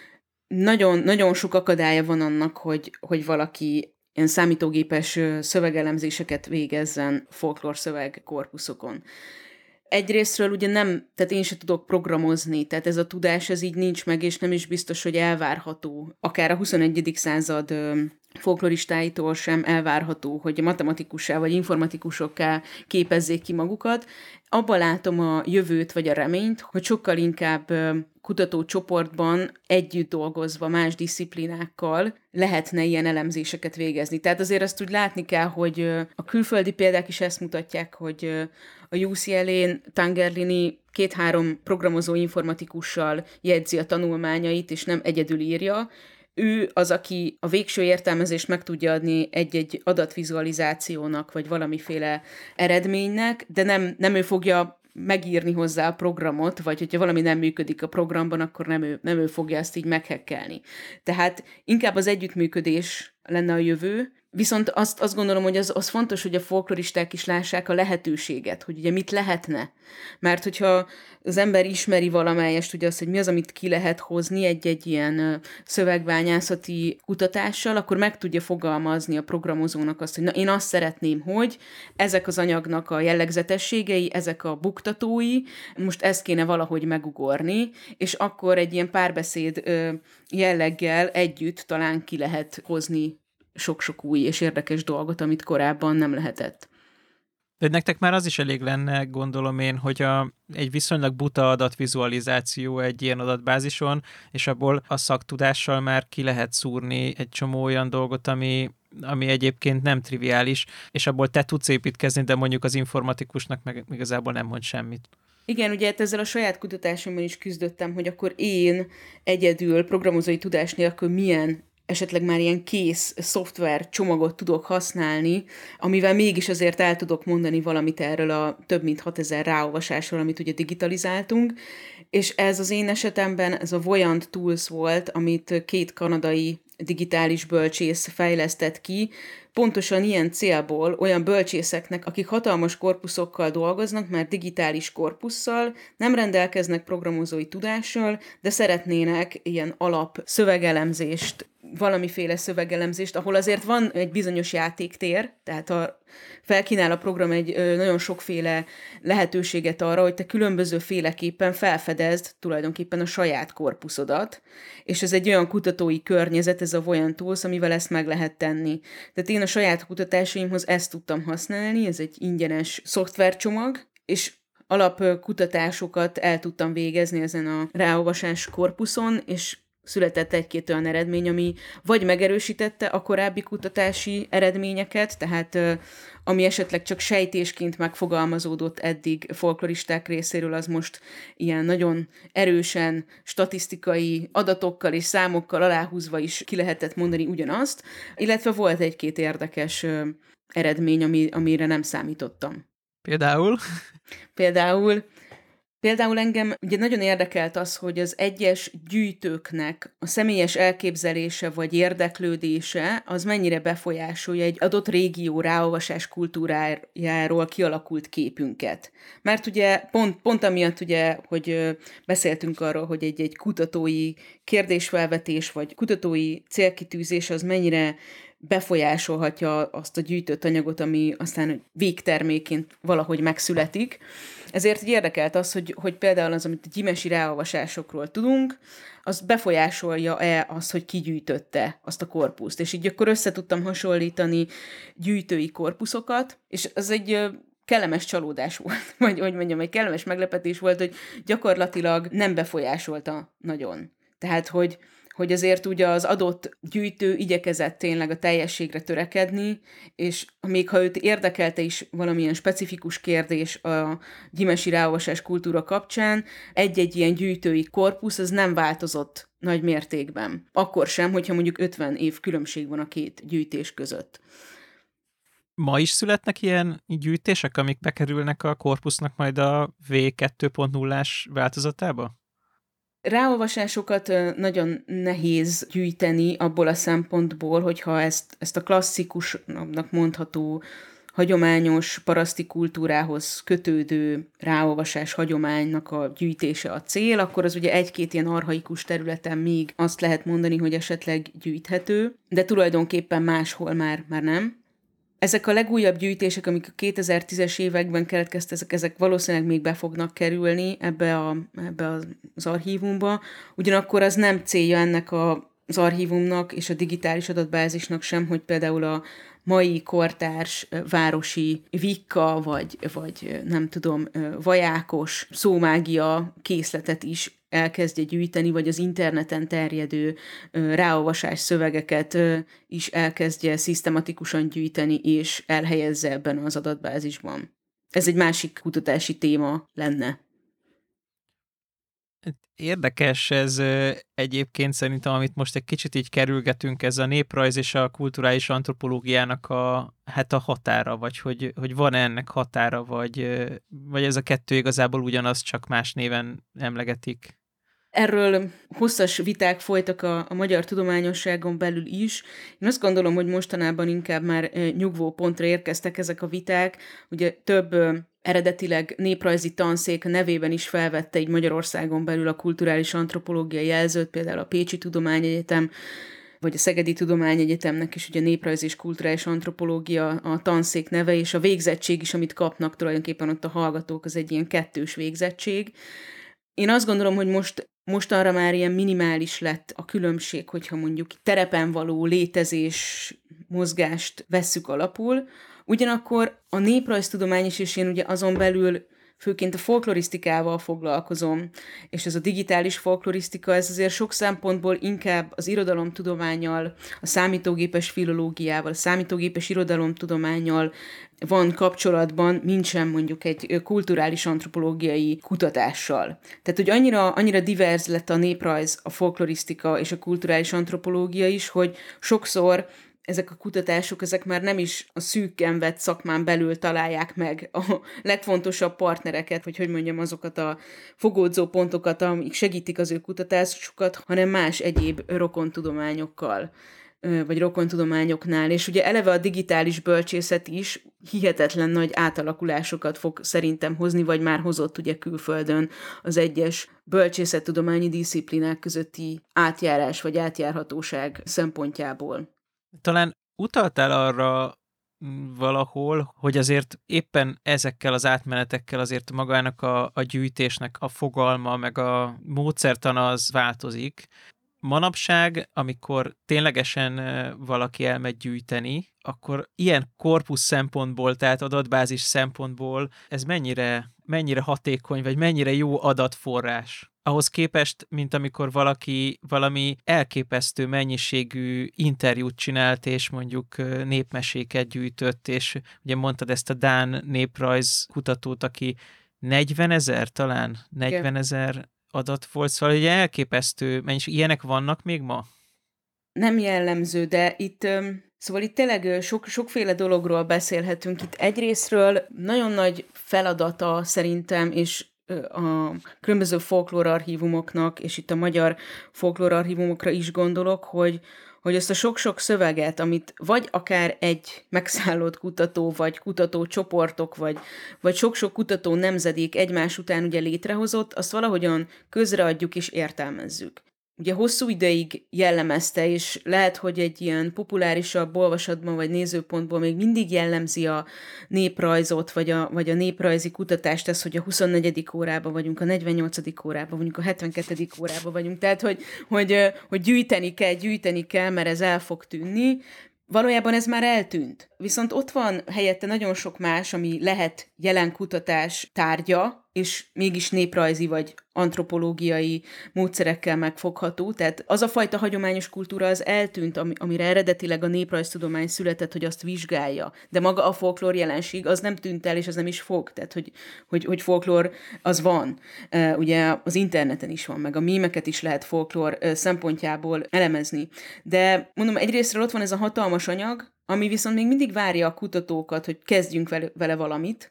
nagyon, nagyon sok akadálya van annak, hogy valaki ilyen számítógépes szövegelemzéseket végezzen folklór szövegkorpuszokon. Egyrésztről ugye nem, tehát én sem tudok programozni, tehát ez a tudás ez így nincs meg, és nem is biztos, hogy elvárható. Akár a 21. század folkloristáitól sem elvárható, hogy matematikussá vagy informatikusokká képezzék ki magukat. Abba látom a jövőt vagy a reményt, hogy sokkal inkább kutatócsoportban együtt dolgozva más diszciplinákkal lehetne ilyen elemzéseket végezni. Tehát azért azt úgy látni kell, hogy a külföldi példák is ezt mutatják, hogy a UCLA-n Tangerlini 2-3 programozó informatikussal jegyzi a tanulmányait, és nem egyedül írja. Ő az, aki a végső értelmezést meg tudja adni egy-egy adatvizualizációnak, vagy valamiféle eredménynek, de nem ő fogja megírni hozzá a programot, vagy hogyha valami nem működik a programban, akkor nem ő fogja ezt így meghekkelni. Tehát inkább az együttműködés lenne a jövő, viszont azt gondolom, hogy az fontos, hogy a folkloristák is lássák a lehetőséget, hogy ugye mit lehetne. Mert hogyha az ember ismeri valamelyest, ugye azt, hogy mi az, amit ki lehet hozni egy ilyen szövegbányászati kutatással, akkor meg tudja fogalmazni a programozónak azt, hogy na, én azt szeretném, hogy ezek az anyagnak a jellegzetességei, ezek a buktatói, most ezt kéne valahogy megugorni, és akkor egy ilyen párbeszéd jelleggel együtt talán ki lehet hozni sok-sok új és érdekes dolgot, amit korábban nem lehetett. De nektek már az is elég lenne, gondolom én, hogy egy viszonylag buta adatvizualizáció egy ilyen adatbázison, és abból a szaktudással már ki lehet szúrni egy csomó olyan dolgot, ami egyébként nem triviális, és abból te tudsz építkezni, de mondjuk az informatikusnak meg igazából nem mond semmit. Igen, ugye hát ezzel a saját kutatásomban is küzdöttem, hogy akkor én egyedül programozói tudás nélkül milyen esetleg már ilyen kész szoftver csomagot tudok használni, amivel mégis azért el tudok mondani valamit erről a több mint 6000 ráolvasásról, amit ugye digitalizáltunk, és ez az én esetemben ez a Voyant Tools volt, amit 2 kanadai digitális bölcsész fejlesztett ki, pontosan ilyen célból olyan bölcsészeknek, akik hatalmas korpuszokkal dolgoznak, már digitális korpusszal, nem rendelkeznek programozói tudással, de szeretnének ilyen alap szövegelemzést, valamiféle szövegelemzést, ahol azért van egy bizonyos játéktér, tehát felkínál a program egy nagyon sokféle lehetőséget arra, hogy te különböző féleképpen felfedezd tulajdonképpen a saját korpuszodat, és ez egy olyan kutatói környezet, ez a Voyant Tools, amivel ezt meg lehet tenni. Tehát én a saját kutatásaimhoz ezt tudtam használni, ez egy ingyenes szoftvercsomag, és alapkutatásokat el tudtam végezni ezen a ráolvasás korpuszon, és született egy-két olyan eredmény, ami vagy megerősítette a korábbi kutatási eredményeket, tehát ami esetleg csak sejtésként megfogalmazódott eddig folkloristák részéről, az most ilyen nagyon erősen statisztikai adatokkal és számokkal aláhúzva is ki lehetett mondani ugyanazt, illetve volt egy-két érdekes eredmény, amire nem számítottam. Például engem ugye nagyon érdekelt az, hogy az egyes gyűjtőknek a személyes elképzelése vagy érdeklődése az mennyire befolyásolja egy adott régió ráolvasás kultúrájáról kialakult képünket. Mert ugye pont amiatt ugye, hogy beszéltünk arról, hogy egy kutatói kérdésfelvetés vagy kutatói célkitűzés az mennyire befolyásolhatja azt a gyűjtött anyagot, ami aztán végterméként valahogy megszületik. Ezért érdekelt az, hogy például az, amit a gyimesi ráolvasásokról tudunk, az befolyásolja-e azt, hogy ki gyűjtötte azt a korpuszt. És így akkor össze tudtam hasonlítani gyűjtői korpuszokat, és ez egy kellemes csalódás volt, vagy hogy mondjam, egy kellemes meglepetés volt, hogy gyakorlatilag nem befolyásolta nagyon. Tehát, hogy azért ugye az adott gyűjtő igyekezett tényleg a teljességre törekedni, és még ha őt érdekelte is valamilyen specifikus kérdés a gyimesi ráolvasás kultúra kapcsán, egy-egy ilyen gyűjtői korpusz az nem változott nagy mértékben. Akkor sem, hogyha mondjuk 50 év különbség van a 2 gyűjtés között. Ma is születnek ilyen gyűjtések, amik bekerülnek a korpusznak majd a V2.0-ás változatába? Ráolvasásokat nagyon nehéz gyűjteni abból a szempontból, hogyha ezt a klasszikusnak mondható hagyományos paraszti kultúrához kötődő ráolvasás hagyománynak a gyűjtése a cél, akkor az ugye egy-két ilyen archaikus területen még azt lehet mondani, hogy esetleg gyűjthető, de tulajdonképpen máshol már nem. Ezek a legújabb gyűjtések, amik a 2010-es években keletkeztek, ezek valószínűleg még be fognak kerülni ebbe az archívumba, ugyanakkor az nem célja ennek az archívumnak és a digitális adatbázisnak sem, hogy például a mai kortárs városi vikka, vagy nem tudom, vajákos szómágia készletet is elkezdje gyűjteni, vagy az interneten terjedő ráolvasás szövegeket is elkezdje szisztematikusan gyűjteni, és elhelyezze ebben az adatbázisban. Ez egy másik kutatási téma lenne. Érdekes ez egyébként szerintem, amit most egy kicsit így kerülgetünk, ez a néprajz és a kulturális antropológiának a határa, vagy hogy van ennek határa, vagy ez a kettő igazából ugyanaz, csak más néven emlegetik. Erről hosszas viták folytak a magyar tudományosságon belül is. Én azt gondolom, hogy mostanában inkább már nyugvó pontra érkeztek ezek a viták. Ugye több eredetileg néprajzi tanszék a nevében is felvette így Magyarországon belül a kulturális antropológia jelzőt, például a Pécsi Tudományegyetem, vagy a Szegedi Tudományegyetemnek is ugye néprajz és kulturális antropológia a tanszék neve, és a végzettség is, amit kapnak tulajdonképpen ott a hallgatók, az egy ilyen kettős végzettség. Én azt gondolom, hogy mostanra már ilyen minimális lett a különbség, hogyha mondjuk terepen való létezés, mozgást vesszük alapul. Ugyanakkor a néprajztudomány is, és én ugye azon belül főként a folklorisztikával foglalkozom, és ez a digitális folklorisztika, ez azért sok szempontból inkább az irodalomtudománnyal, a számítógépes filológiával, a számítógépes irodalomtudománnyal van kapcsolatban, mint sem mondjuk egy kulturális antropológiai kutatással. Tehát, hogy annyira divers lett a néprajz, a folklorisztika és a kulturális antropológia is, hogy sokszor ezek a kutatások, ezek már nem is a szűkken vett szakmán belül találják meg a legfontosabb partnereket, vagy hogy mondjam, azokat a fogódzó pontokat, amik segítik az ő kutatásukat, hanem más egyéb rokontudományokkal, vagy rokontudományoknál. És ugye eleve a digitális bölcsészet is hihetetlen nagy átalakulásokat fog szerintem hozni, vagy már hozott ugye külföldön az egyes bölcsészettudományi disziplinák közötti átjárás, vagy átjárhatóság szempontjából. Talán utaltál arra valahol, hogy azért éppen ezekkel az átmenetekkel azért magának a gyűjtésnek a fogalma, meg a módszertana az változik. Manapság, amikor ténylegesen valaki elmegy gyűjteni, akkor ilyen korpusz szempontból, tehát adatbázis szempontból ez mennyire hatékony, vagy mennyire jó adatforrás? Ahhoz képest, mint amikor valaki valami elképesztő mennyiségű interjút csinált, és mondjuk népmeséket gyűjtött, és ugye mondtad ezt a dán néprajz kutatót, aki 40 000 talán, 40 000 adat volt, szóval ugye elképesztő mennyiség. Ilyenek vannak még ma? Nem jellemző, de szóval itt tényleg sokféle dologról beszélhetünk. Itt egyrészről nagyon nagy feladata szerintem, és a különböző folklórarchívumoknak, és itt a magyar folklórarchívumokra is gondolok, hogy ezt a sok-sok szöveget, amit vagy akár egy megszállott kutató, vagy kutatócsoportok, vagy sok-sok kutató nemzedék egymás után ugye létrehozott, azt valahogyan közreadjuk és értelmezzük. Ugye hosszú ideig jellemezte, és lehet, hogy egy ilyen populárisabb olvasatban vagy nézőpontból még mindig jellemzi a néprajzot, vagy a néprajzi kutatást, ez, hogy a 24. órában vagyunk, a 48. órában vagyunk, a 72. órában vagyunk, tehát, hogy gyűjteni kell, mert ez el fog tűnni. Valójában ez már eltűnt. Viszont ott van helyette nagyon sok más, ami lehet jelen kutatás tárgya, és mégis néprajzi vagy antropológiai módszerekkel megfogható. Tehát az a fajta hagyományos kultúra az eltűnt, amire eredetileg a néprajztudomány született, hogy azt vizsgálja. De maga a folklór jelenség az nem tűnt el, és az nem is fog. Tehát, hogy folklór az van. Ugye az interneten is van, meg a mémeket is lehet folklór szempontjából elemezni. De mondom, egyrésztről ott van ez a hatalmas anyag, ami viszont még mindig várja a kutatókat, hogy kezdjünk vele valamit,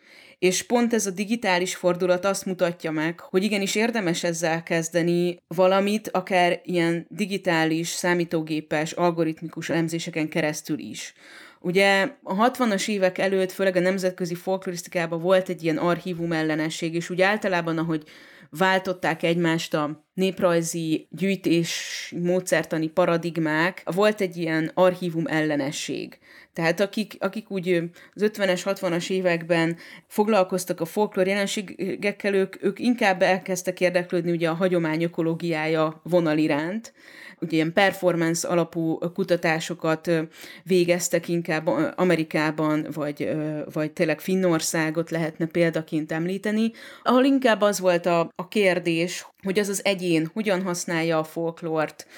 és pont ez a digitális fordulat azt mutatja meg, hogy igenis érdemes ezzel kezdeni valamit, akár ilyen digitális, számítógépes, algoritmikus elemzéseken keresztül is. Ugye a 60-as évek előtt, főleg a nemzetközi folklorisztikában volt egy ilyen archívum ellenesség, és úgy általában, ahogy váltották egymást a néprajzi gyűjtés módszertani paradigmák, volt egy ilyen archívum ellenesség. Tehát akik úgy az 50-es, 60-as években foglalkoztak a folklór jelenségekkel, ők inkább elkezdtek érdeklődni ugye a hagyomány ökológiája vonal iránt. Ugye ilyen performance alapú kutatásokat végeztek inkább Amerikában, vagy tényleg Finnországot lehetne példaként említeni, ahol inkább az volt a kérdés, hogy az egyén hogyan használja a folklórt,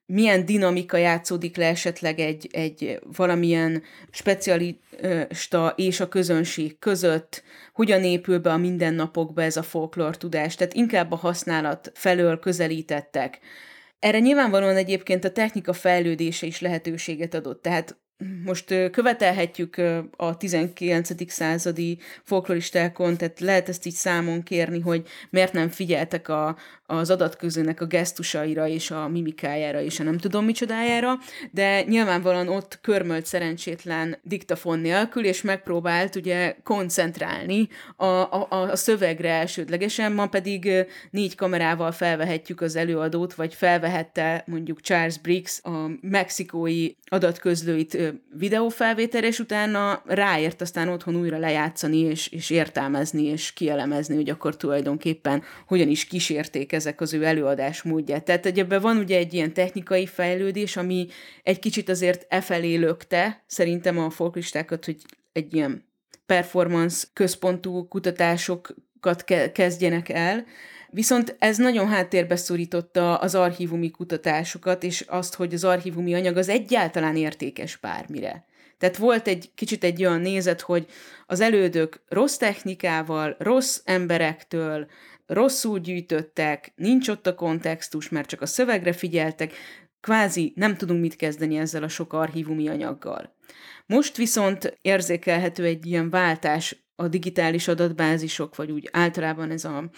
milyen dinamika játszódik le esetleg egy valamilyen specialista és a közönség között, hogyan épül be a mindennapokba ez a folklór tudás, tehát inkább a használat felől közelítettek. Erre nyilvánvalóan egyébként a technika fejlődése is lehetőséget adott, tehát most követelhetjük a 19. századi folkloristákon, tehát lehet ezt így számon kérni, hogy miért nem figyeltek az adatközőnek a gesztusaira és a mimikájára és a nem tudom micsodájára, de nyilvánvalóan ott körmölt szerencsétlen diktafon nélkül, és megpróbált ugye koncentrálni a szövegre elsődlegesen, ma pedig 4 kamerával felvehetjük az előadót, vagy felvehette mondjuk Charles Briggs a mexikói adatközlőit videófelvételre, és utána ráért aztán otthon újra lejátszani, és értelmezni, és kielemezni, hogy akkor tulajdonképpen hogyan is kísérték ezek az ő előadás módját. Tehát ebben van ugye egy ilyen technikai fejlődés, ami egy kicsit azért efelé lökte szerintem a folkloristákat, hogy egy ilyen performance központú kutatásokat kezdjenek el, viszont ez nagyon háttérbe szorította az archívumi kutatásokat, és azt, hogy az archívumi anyag az egyáltalán értékes bármire. Tehát volt egy kicsit egy olyan nézet, hogy az elődök rossz technikával, rossz emberektől, rosszul gyűjtöttek, nincs ott a kontextus, mert csak a szövegre figyeltek, kvázi nem tudunk mit kezdeni ezzel a sok archívumi anyaggal. Most viszont érzékelhető egy ilyen váltás a digitális adatbázisok, vagy úgy általában ez a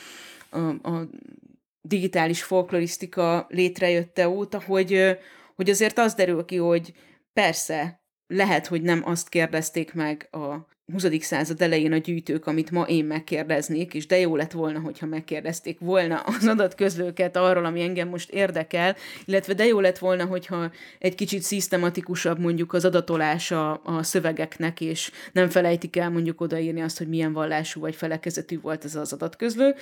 digitális folklorisztika létrejötte óta, hogy azért az derül ki, hogy persze, lehet, hogy nem azt kérdezték meg a 20. század elején a gyűjtők, amit ma én megkérdeznék, és de jó lett volna, hogyha megkérdezték volna az adatközlőket arról, ami engem most érdekel, illetve de jó lett volna, hogyha egy kicsit szisztematikusabb mondjuk az adatolása a szövegeknek, és nem felejtik el mondjuk odaírni azt, hogy milyen vallású vagy felekezetű volt ez az adatközlő,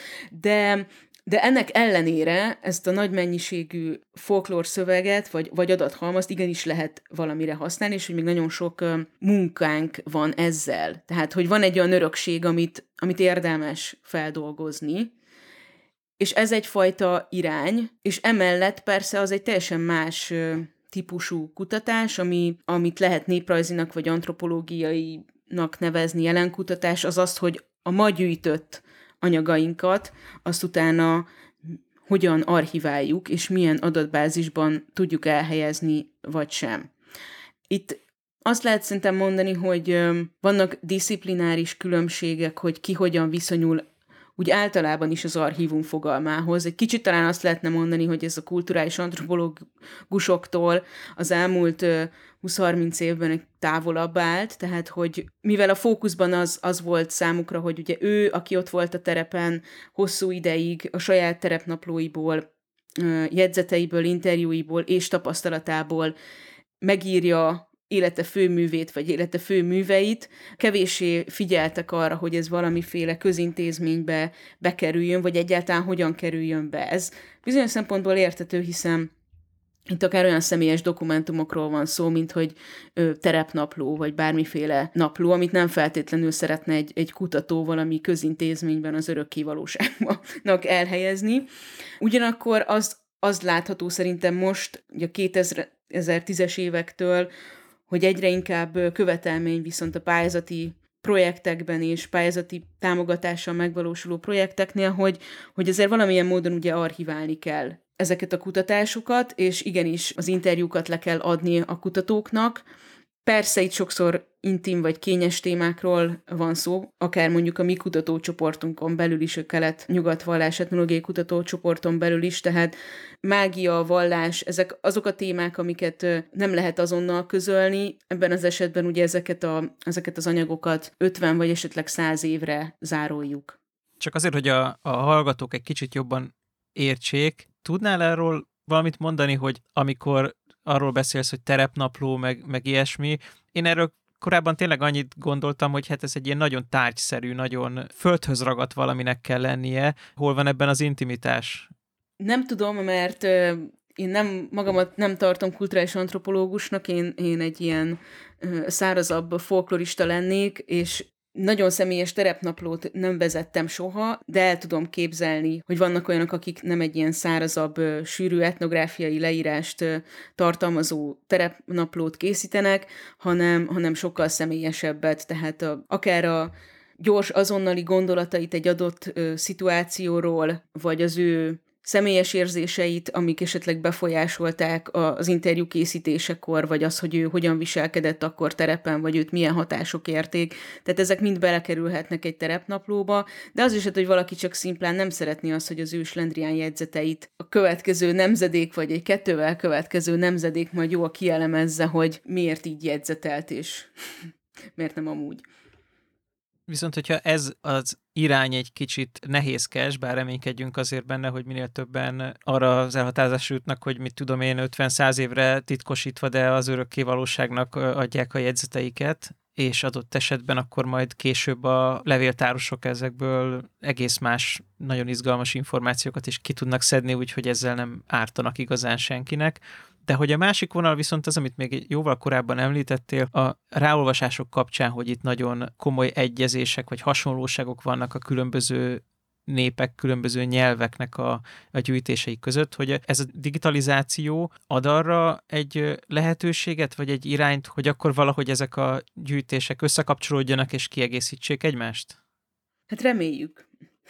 de ennek ellenére ezt a nagy mennyiségű folklór szöveget, vagy adathalmazt igenis lehet valamire használni, és hogy még nagyon sok munkánk van ezzel. Tehát, hogy van egy olyan örökség, amit érdemes feldolgozni, és ez egyfajta irány, és emellett persze az egy teljesen más típusú kutatás, amit lehet néprajzinak vagy antropológiainak nevezni jelenkutatás, az az, hogy a ma gyűjtött anyagainkat, azt utána hogyan archiváljuk, és milyen adatbázisban tudjuk elhelyezni, vagy sem. Itt azt lehet szerintem mondani, hogy vannak diszciplináris különbségek, hogy ki hogyan viszonyul úgy általában is az archívum fogalmához. Egy kicsit talán azt lehetne mondani, hogy ez a kulturális antropológusoktól az elmúlt 20-30 évben távolabb állt, tehát hogy mivel a fókuszban az volt számukra, hogy ugye ő, aki ott volt a terepen hosszú ideig, a saját terepnaplóiból, jegyzeteiből, interjúiból és tapasztalatából megírja élete főművét, vagy élete főműveit, kevéssé figyeltek arra, hogy ez valamiféle közintézménybe bekerüljön, vagy egyáltalán hogyan kerüljön be. Ez bizonyos szempontból érthető, hiszen itt akár olyan személyes dokumentumokról van szó, mint hogy terepnapló, vagy bármiféle napló, amit nem feltétlenül szeretne egy kutató valami közintézményben az örökké valóságnak elhelyezni. Ugyanakkor az látható szerintem most, ugye a 2010-es évektől, hogy egyre inkább követelmény viszont a pályázati projektekben és pályázati támogatással megvalósuló projekteknél, hogy azért valamilyen módon ugye archiválni kell ezeket a kutatásokat, és igenis az interjúkat le kell adni a kutatóknak. Persze itt sokszor intim vagy kényes témákról van szó, akár mondjuk a mi kutatócsoportunkon belül is, a kelet-nyugat vallás etnológiai kutatócsoporton belül is, tehát mágia, vallás, ezek azok a témák, amiket nem lehet azonnal közölni. Ebben az esetben ugye ezeket az anyagokat 50 vagy esetleg 100 évre zároljuk. Csak azért, hogy a hallgatók egy kicsit jobban értsék, tudnál erről valamit mondani, hogy amikor arról beszélsz, hogy terepnapló, meg ilyesmi, én erről korábban tényleg annyit gondoltam, hogy hát ez egy ilyen nagyon tárgyszerű, nagyon földhöz ragadt valaminek kell lennie. Hol van ebben az intimitás? Nem tudom, mert én magamat nem tartom kulturális antropológusnak, én egy ilyen szárazabb folklorista lennék, és nagyon személyes terepnaplót nem vezettem soha, de el tudom képzelni, hogy vannak olyanok, akik nem egy ilyen szárazabb, sűrű etnográfiai leírást tartalmazó terepnaplót készítenek, hanem sokkal személyesebbet, tehát akár a gyors, azonnali gondolatait egy adott szituációról, vagy az ő személyes érzéseit, amik esetleg befolyásolták az interjú készítésekor, vagy az, hogy ő hogyan viselkedett akkor terepen, vagy őt milyen hatások érték. Tehát ezek mind belekerülhetnek egy terepnaplóba, de az is, hogy valaki csak szimplán nem szeretné azt, hogy az ő slendrián jegyzeteit a következő nemzedék, vagy egy 2-vel következő nemzedék majd jól kielemezze, hogy miért így jegyzetelt, és miért nem amúgy. Viszont, hogyha ez az irány egy kicsit nehézkes, bár reménykedjünk azért benne, hogy minél többen arra az elhatározásra jutnak, hogy mit tudom én 50-100 évre titkosítva, de az örökké valóságnak adják a jegyzeteiket, és adott esetben akkor majd később a levéltárosok ezekből egész más, nagyon izgalmas információkat is ki tudnak szedni, úgyhogy ezzel nem ártanak igazán senkinek. De hogy a másik vonal viszont az, amit még jóval korábban említettél, a ráolvasások kapcsán, hogy itt nagyon komoly egyezések vagy hasonlóságok vannak a különböző népek, különböző nyelveknek a gyűjtései között, hogy ez a digitalizáció ad arra egy lehetőséget, vagy egy irányt, hogy akkor valahogy ezek a gyűjtések összekapcsolódjanak és kiegészítsék egymást? Hát reméljük.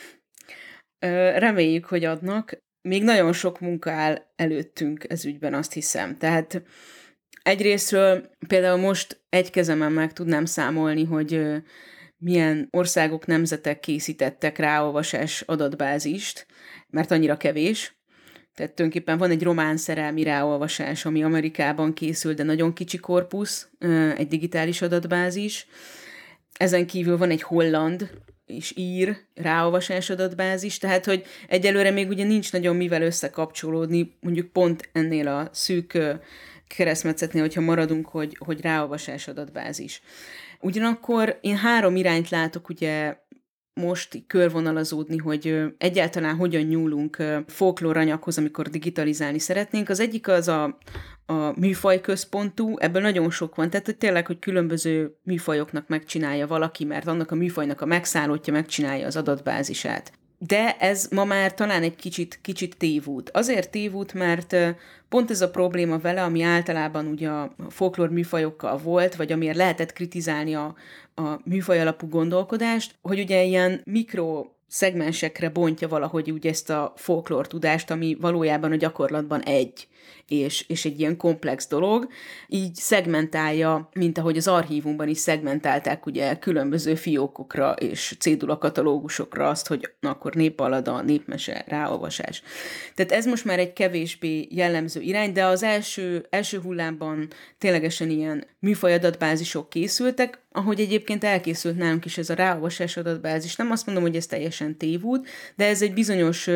Reméljük, hogy adnak. Még nagyon sok munka áll előttünk ez ügyben, azt hiszem. Tehát egyrésztről például most egy kezemen meg tudnám számolni, hogy milyen országok, nemzetek készítettek ráolvasás adatbázist, mert annyira kevés. Tehát tulajdonképpen van egy román szerelmi ráolvasás, ami Amerikában készül, de nagyon kicsi korpusz, egy digitális adatbázis. Ezen kívül van egy holland és ír ráolvasás adatbázis, tehát hogy egyelőre még ugye nincs nagyon mivel összekapcsolódni, mondjuk pont ennél a szűk keresztmetszetnél, hogyha maradunk, hogy ráolvasás adatbázis. Ugyanakkor én 3 irányt látok ugye most így körvonalazódni, hogy egyáltalán hogyan nyúlunk folklóranyaghoz, amikor digitalizálni szeretnénk. Az egyik az a műfajközpontú, ebből nagyon sok van, tehát hogy tényleg, hogy különböző műfajoknak megcsinálja valaki, mert annak a műfajnak a megszállottja megcsinálja az adatbázisát. De ez ma már talán egy kicsit tévút. Azért tévút, mert pont ez a probléma vele, ami általában ugye a folklór műfajokkal volt, vagy amiért lehetett kritizálni a műfaj alapú gondolkodást, hogy ugye ilyen mikro szegmensekre bontja valahogy úgy ezt a folklór tudást, ami valójában a gyakorlatban és egy ilyen komplex dolog, így szegmentálja, mint ahogy az archívumban is szegmentálták ugye különböző fiókokra és cédulakatalógusokra azt, hogy na, akkor népballada, népmese, ráolvasás. Tehát ez most már egy kevésbé jellemző irány, de az első hullámban ténylegesen ilyen műfajadatbázisok készültek, ahogy egyébként elkészült nálunk is ez a ráolvasás adatbázis. Nem azt mondom, hogy ez teljesen tévút, de ez egy bizonyos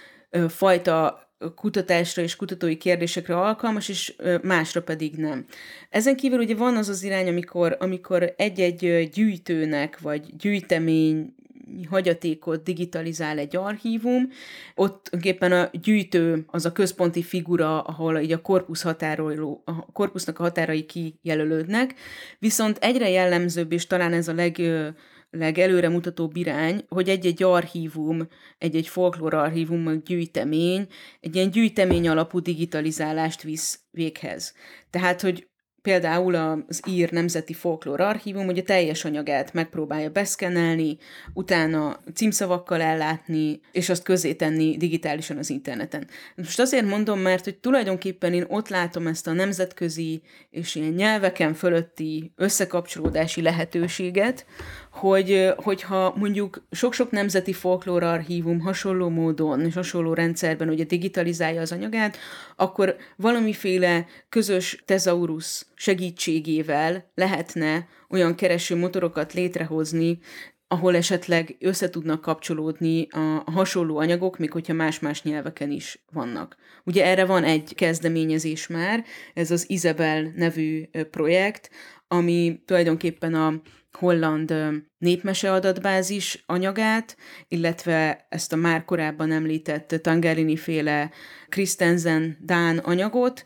fajta kutatásra és kutatói kérdésekre alkalmas, és másra pedig nem. Ezen kívül ugye van az az irány, amikor egy-egy gyűjtőnek, vagy gyűjtemény hagyatékot digitalizál egy archívum, ott tulajdonképpen a gyűjtő az a központi figura, ahol így a korpusznak a határai kijelölődnek, viszont egyre jellemzőbb, és talán ez a legelőremutatóbb irány, hogy egy-egy archívum, egy-egy folklór archívum, meg gyűjtemény, egy ilyen gyűjtemény alapú digitalizálást visz véghez. Tehát, hogy például az ír nemzeti folklór archívum, hogy a teljes anyagát megpróbálja beszkennelni, utána címszavakkal ellátni, és azt közzétenni digitálisan az interneten. Most azért mondom, mert hogy tulajdonképpen én ott látom ezt a nemzetközi és ilyen nyelveken fölötti összekapcsolódási lehetőséget, hogyha mondjuk sok-sok nemzeti folklór archívum hasonló módon és hasonló rendszerben ugye digitalizálja az anyagát, akkor valamiféle közös tezaurus segítségével lehetne olyan kereső motorokat létrehozni, ahol esetleg össze tudnak kapcsolódni a hasonló anyagok, még hogyha más-más nyelveken is vannak. Ugye erre van egy kezdeményezés már, ez az Isabel nevű projekt, ami tulajdonképpen a holland népmese adatbázis anyagát, illetve ezt a már korábban említett Tangerini-féle Christensen dán anyagot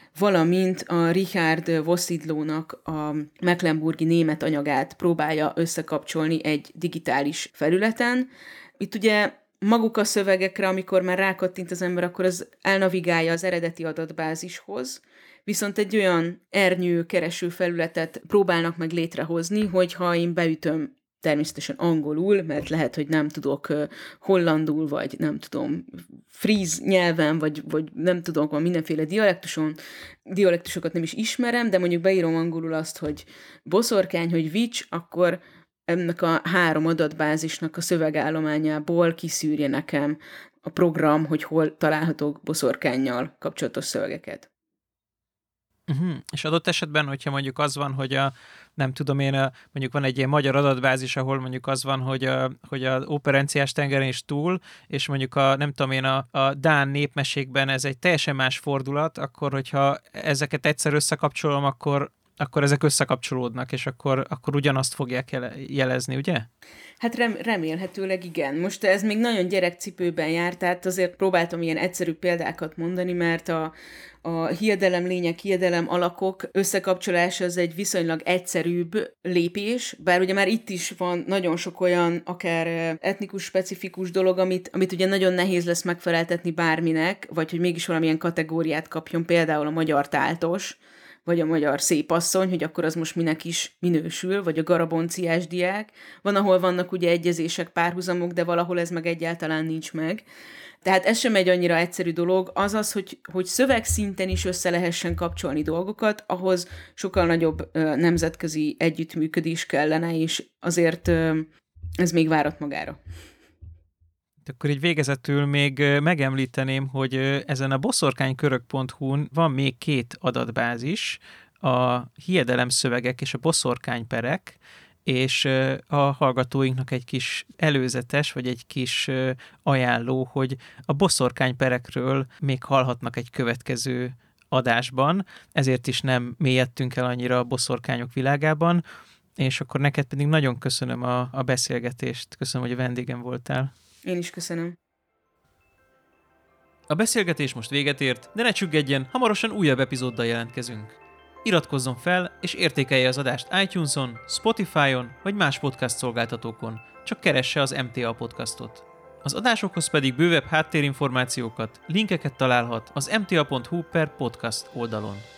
valamint a Richard Vosszidlónak a mecklenburgi német anyagát próbálja összekapcsolni egy digitális felületen. Itt ugye maguk a szövegekre, amikor már rákattint az ember, akkor az elnavigálja az eredeti adatbázishoz, viszont egy olyan ernyő kereső felületet próbálnak meg létrehozni, hogyha én beütöm természetesen angolul, mert lehet, hogy nem tudok hollandul, vagy nem tudom, fríz nyelven, vagy nem tudom, van mindenféle dialektusokat nem is ismerem, de mondjuk beírom angolul azt, hogy boszorkány, hogy witch, akkor ennek a 3 adatbázisnak a szövegállományából kiszűrje nekem a program, hogy hol találhatok boszorkánnyal kapcsolatos szövegeket. És adott esetben, hogyha mondjuk az van, hogy nem tudom én, mondjuk van egy ilyen magyar adatbázis, ahol mondjuk az van, hogy a Óperenciás tengeren is túl, és mondjuk nem tudom én, a dán népmesékben ez egy teljesen más fordulat, akkor hogyha ezeket egyszer összekapcsolom, akkor ezek összekapcsolódnak, és akkor ugyanazt fogják jelezni, ugye? Hát remélhetőleg igen. Most ez még nagyon gyerekcipőben jár, tehát azért próbáltam ilyen egyszerű példákat mondani, mert a hiedelem lények, hiedelem alakok összekapcsolása az egy viszonylag egyszerűbb lépés, bár ugye már itt is van nagyon sok olyan akár etnikus, specifikus dolog, amit ugye nagyon nehéz lesz megfeleltetni bárminek, vagy hogy mégis valamilyen kategóriát kapjon, például a magyar táltos, vagy a magyar szépasszony, hogy akkor az most minek is minősül, vagy a garabonciás diák. Van, ahol vannak ugye egyezések, párhuzamok, de valahol ez meg egyáltalán nincs meg. Tehát ez sem egy annyira egyszerű dolog, azaz, hogy szövegszinten is össze lehessen kapcsolni dolgokat, ahhoz sokkal nagyobb nemzetközi együttműködés kellene, és azért ez még várat magára. Akkor így végezetül még megemlíteném, hogy ezen a boszorkánykörök.hu-n van még 2 adatbázis, a hiedelemszövegek és a boszorkányperek, és a hallgatóinknak egy kis előzetes, vagy egy kis ajánló, hogy a boszorkányperekről még hallhatnak egy következő adásban, ezért is nem mélyedtünk el annyira a boszorkányok világában, és akkor neked pedig nagyon köszönöm a beszélgetést, köszönöm, hogy a vendégem voltál. Én is köszönöm. A beszélgetés most véget ért, de ne csüggedjen, hamarosan újabb epizóddal jelentkezünk. Iratkozzon fel és értékelje az adást iTunes-on, Spotify-on vagy más podcast szolgáltatókon, csak keresse az MTA podcastot. Az adásokhoz pedig bővebb háttérinformációkat, linkeket találhat az mta.hu/podcast oldalon.